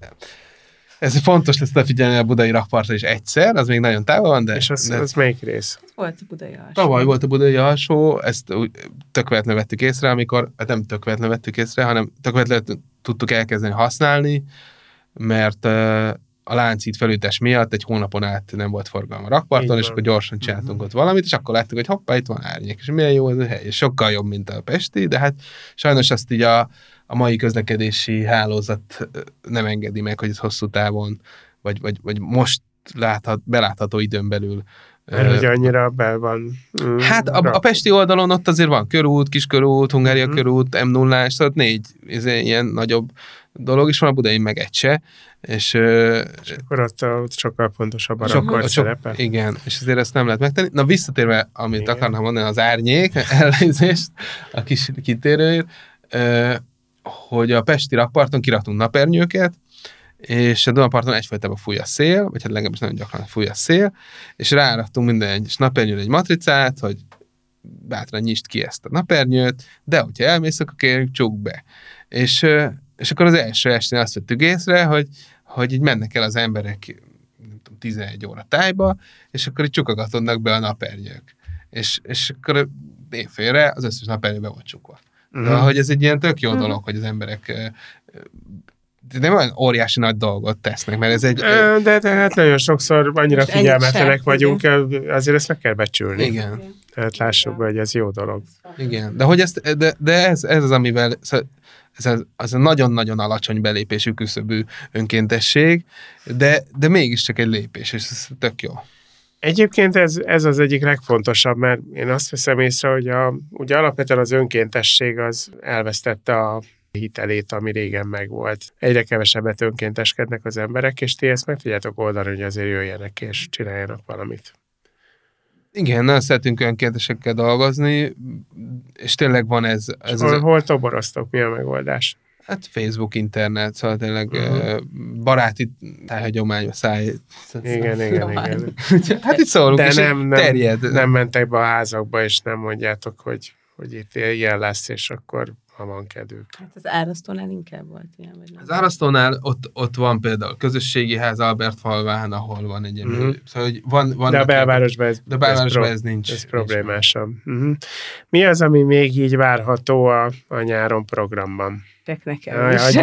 ez fontos lesz lefigyelni a budai rakpartra is egyszer, az még nagyon távol van, de... És az, de, az melyik rész? Volt a budai alsó. Tavaly volt a budai alsó, ezt tök véletlenül vettük észre, amikor, hát nem tök véletlenül vettük észre, hanem tök véletlenül tudtuk elkezdeni használni, mert uh, a Lánchíd felújítás miatt egy hónapon át nem volt forgalma a rakparton, és akkor gyorsan csináltunk uh-huh. ott valamit, és akkor láttuk, hogy hoppá, itt van árnyék, és milyen jó ez a hely, és sokkal jobb, mint a pesti, de hát sajnos azt így a a mai közlekedési hálózat nem engedi meg, hogy ez hosszú távon, vagy, vagy, vagy most láthat, belátható időn belül. Mert hogy annyira be van... Mm, hát a, a pesti oldalon ott azért van körút, kiskörút, Hungária mm. körút, em nullás, szóval négy ilyen nagyobb dolog is van, a budain meg egy se. És, és akkor ott, ott sokkal pontosabb a rakpart szerepe. Igen, és azért ezt nem lehet megtenni. Na visszatérve, amit igen. akarnám mondani, az árnyék, elnézést a kis kitérőért, hogy a pesti rakparton kiraktunk napernyőket, és a Dunaparton egyfajtában fúj a szél, vagy hát legalábbis nagyon gyakran fúj a szél, és ráraktunk minden egyes napernyőre egy matricát, hogy bátran nyisd ki ezt a napernyőt, de hogyha elmész, akkor kérjük, csukd be. És, és akkor az első estén azt vettük észre, hogy, hogy így mennek el az emberek nem tudom, tizenegy óra tájba, és akkor így csukagatodnak be a napernyők. És, és akkor éjfélre az összes napernyő be volt csukva. De uh-huh. hogy ez egy ilyen tök jó uh-huh. dolog, hogy az emberek nem olyan óriási nagy dolgot tesznek, mert ez egy... De, de hát nagyon sokszor annyira figyelmetlenek vagyunk, azért ezt meg kell becsülni. Igen. Tehát lássuk be, hogy ez jó dolog. Igen, de, hogy ezt, de, de ez, ez az, amivel ez az, az a nagyon-nagyon alacsony belépésű küszöbű önkéntesség, de, de mégiscsak egy lépés, és ez tök jó. Egyébként ez, ez az egyik legfontosabb, mert én azt veszem észre, hogy a, ugye alapvetően az önkéntesség az elvesztette a hitelét, ami régen megvolt. Egyre kevesebbet önkénteskednek az emberek, és ti ezt meg tudjátok oldani, hogy azért jöjjenek és csináljanak valamit. Igen, nagyon szeretünk önkéntesekkel dolgozni, és tényleg van ez... ez hol, az... hol toboroztok? Mi a megoldás? Hát Facebook, internet, szóval tényleg uh-huh. baráti tájhagyomány, száj... Igen, igen, igen. Hát itt szólunk, de és nem, nem, terjed. Nem mentek be a házakba, és nem mondjátok, hogy, hogy itt ilyen lesz, és akkor ha van kedvük. Hát az Árasztónál inkább volt ilyen, vagy nem? Az Árasztónál ott, ott van például közösségi ház Albertfalván, ahol van egy Mm-hmm. emlő. Szóval, hogy van, van de a belvárosban ez, de a belvárosban ez, ez, ez nincs. Ez problémásabb. Uh-huh. Mi az, ami még így várható a, a nyáron programban? Csak nekem Jaj, is.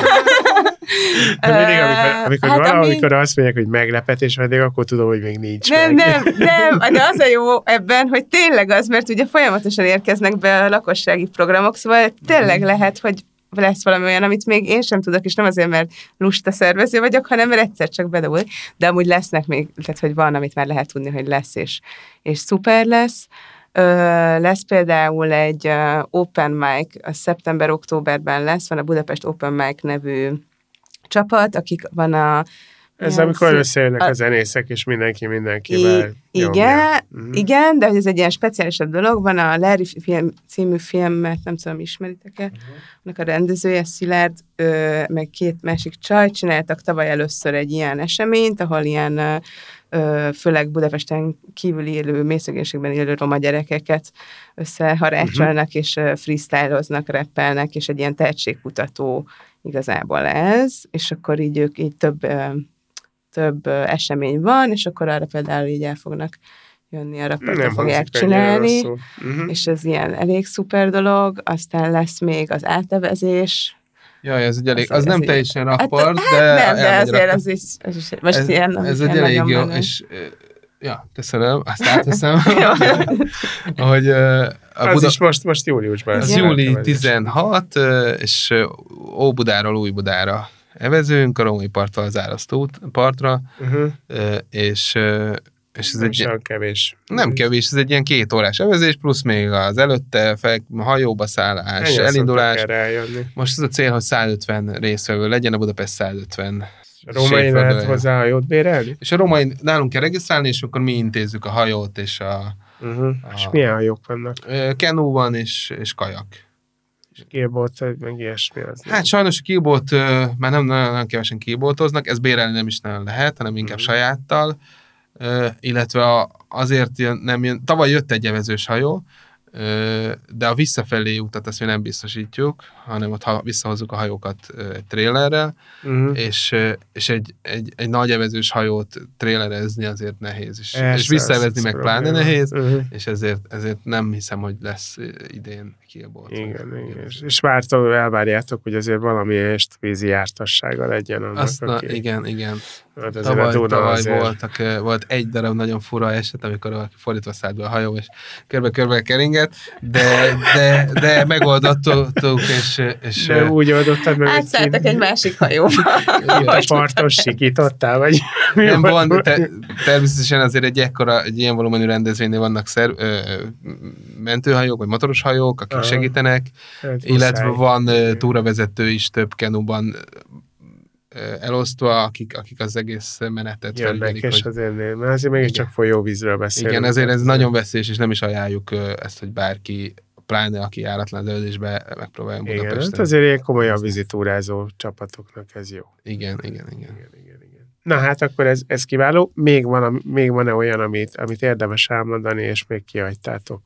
De mindig, amikor, amikor Hát, valamikor ami... azt mondják, hogy meglepetés vendég, akkor tudom, hogy még nincs nem, meg. Nem, nem, de az a jó ebben, hogy tényleg az, mert ugye folyamatosan érkeznek be a lakossági programok, szóval tényleg lehet, hogy lesz valami olyan, amit még én sem tudok, és nem azért, mert lusta szervező vagyok, hanem mert egyszer csak bedobul. De amúgy lesznek még, tehát hogy van, amit már lehet tudni, hogy lesz, és, és szuper lesz. Ö, lesz például egy uh, open mic, a szeptember-októberben lesz, van a Budapest Open Mic nevű csapat, akik van a... Ez ilyen amikor szín... összejönnek a... a zenészek, és mindenki mindenkivel. I- igen, mm. igen, de hogy ez egy ilyen speciálisabb dolog. Van a Larry film, című filmet, nem tudom, ismeritek-e, uh-huh. annak a rendezője, Szilárd, ö, meg két másik csaj csináltak tavaly először egy ilyen eseményt, ahol ilyen ö, főleg Budapesten kívül élő, mélyszegénységben élő roma gyerekeket összeharácsolnak, uh-huh. és freestyloznak, rappelnek, és egy ilyen tehetségkutató igazából ez, és akkor így ők így több, több esemény van, és akkor arra például így el fognak jönni, arra például fogják csinálni, uh-huh. és ez ilyen elég szuper dolog, aztán lesz még az átevezés. Jaj, ez egy elég, az, az nem így, teljesen rapport, hát, de... Hát nem, de azért az is, az is most ez, ilyen, ez egy elég jó, menő. És ja, köszönöm, azt átveszem, hogy a az Buda... is most, most júliusban. Az júli tizenhat, és Óbudáról Újbudára evezünk, a római parttal az Árasztó partra, uh-huh. és, és ez nem egy... kevés. Nem kevés, ez egy ilyen két órás evezés, plusz még az előtte fel, hajóba szállás, ennyi elindulás. Most ez a cél, hogy százötven részvevő legyen, a Budapest százötven. A római lehet hozzá hajót bérelni? És a római nálunk kell regisztrálni, és akkor mi intézzük a hajót, és a... Uh-huh. a és milyen hajók vannak? Kenú van, és, és kajak. És keelboat, meg ilyesmi az. Hát sajnos a keelboat, már nem nagyon kevesen keelboatoznak, ezt bérelni nem is nagyon lehet, hanem inkább uh-huh. sajáttal, illetve azért nem jön, tavaly jött egy evezős hajó, de a visszafelé utat ezt mi nem biztosítjuk, hanem ott visszahozzuk a hajókat egy trélerrel, uh-huh. és, és egy, egy, egy nagy evezős hajót trélerezni azért nehéz, és, és visszaevezni meg pláne nehéz, uh-huh. és ezért, ezért nem hiszem, hogy lesz idén keelboat. Igen, igen. És, és vártok, elvárjátok, hogy azért valami vízi jártassága legyen annak, Azt, aki... na, igen, igen. Hát tavaly tavaly voltak, volt egy darab nagyon fura eset, amikor valaki fordítva szállt be a hajó, és körbe-körbe keringett, de, de, de megoldottuk, és, és... De úgy oldottad meg, átszálltak egy másik hajóba. A parton sikítottál, vagy? Nem van, te, természetesen azért egy ekkora, egy ilyen volumenű rendezvénynél vannak szer, ö, mentőhajók, vagy motoros hajók, akik Aha. segítenek, hát, illetve van ö, túravezető is több kenuban elosztva, akik, akik az egész menetet felügyelik. És azért nem, mert azért mégiscsak folyóvízről beszélünk. Igen, ezért ez nagyon veszélyes, és nem is ajánljuk ezt, hogy bárki, pláne aki járatlan zöldésbe megpróbáljon Budapesten. Igen, hát azért ilyen komolyan vizitúrázó csapatoknak ez jó. Igen, igen, igen. igen, igen, igen. Na hát akkor ez, ez kiváló. Még van, még van-e olyan, amit, amit érdemes elmondani, és még kihagytátok?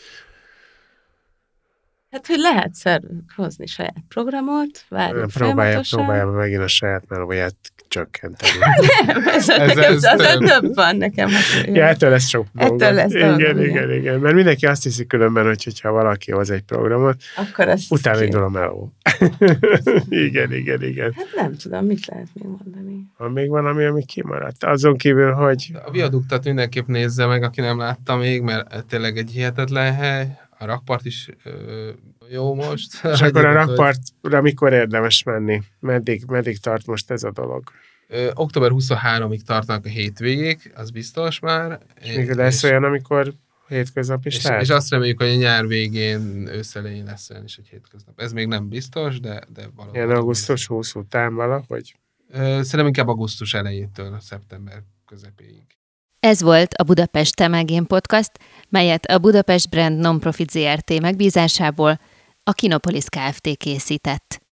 Hát, hogy lehet hozni saját programot, várjuk Próbálja, próbálja megint a saját melóját csökkenteni. Nem, ez, ez, ez, ez több. több van nekem. Ja, ettől lesz sok dolog. Ettől lesz igen, dolog, igen, igen, igen. Mert mindenki azt hiszi különben, hogy, hogyha valaki hoz egy programot, akkor utána indul a meló. igen, igen, igen. Hát nem tudom, mit lehet még mondani. Ha még van, ami, ami kimaradt. Azon kívül, hogy... A viaduktat mindenképp nézze meg, aki nem látta még, mert tényleg egy hihetetlen hely. A rakpart is ö, jó most. És akkor a rakpartra mikor érdemes menni? Meddig, meddig tart most ez a dolog? Ö, október huszonharmadikáig tartanak a hétvégék, az biztos már. És mikor lesz olyan, amikor hétköznap is és, lehet? és azt reméljük, hogy a nyár végén, őszelején lesz olyan is, hogy hétköznap. Ez még nem biztos, de, de valahol. Ilyen augusztus huszadik után valahogy? Ö, szerintem inkább augusztus elejétől, szeptember közepéig. Ez volt a Budapest Te meg én podcast, melyet a Budapest Brand Nonprofit zé er té megbízásából a Kinopolis Kft. Készített.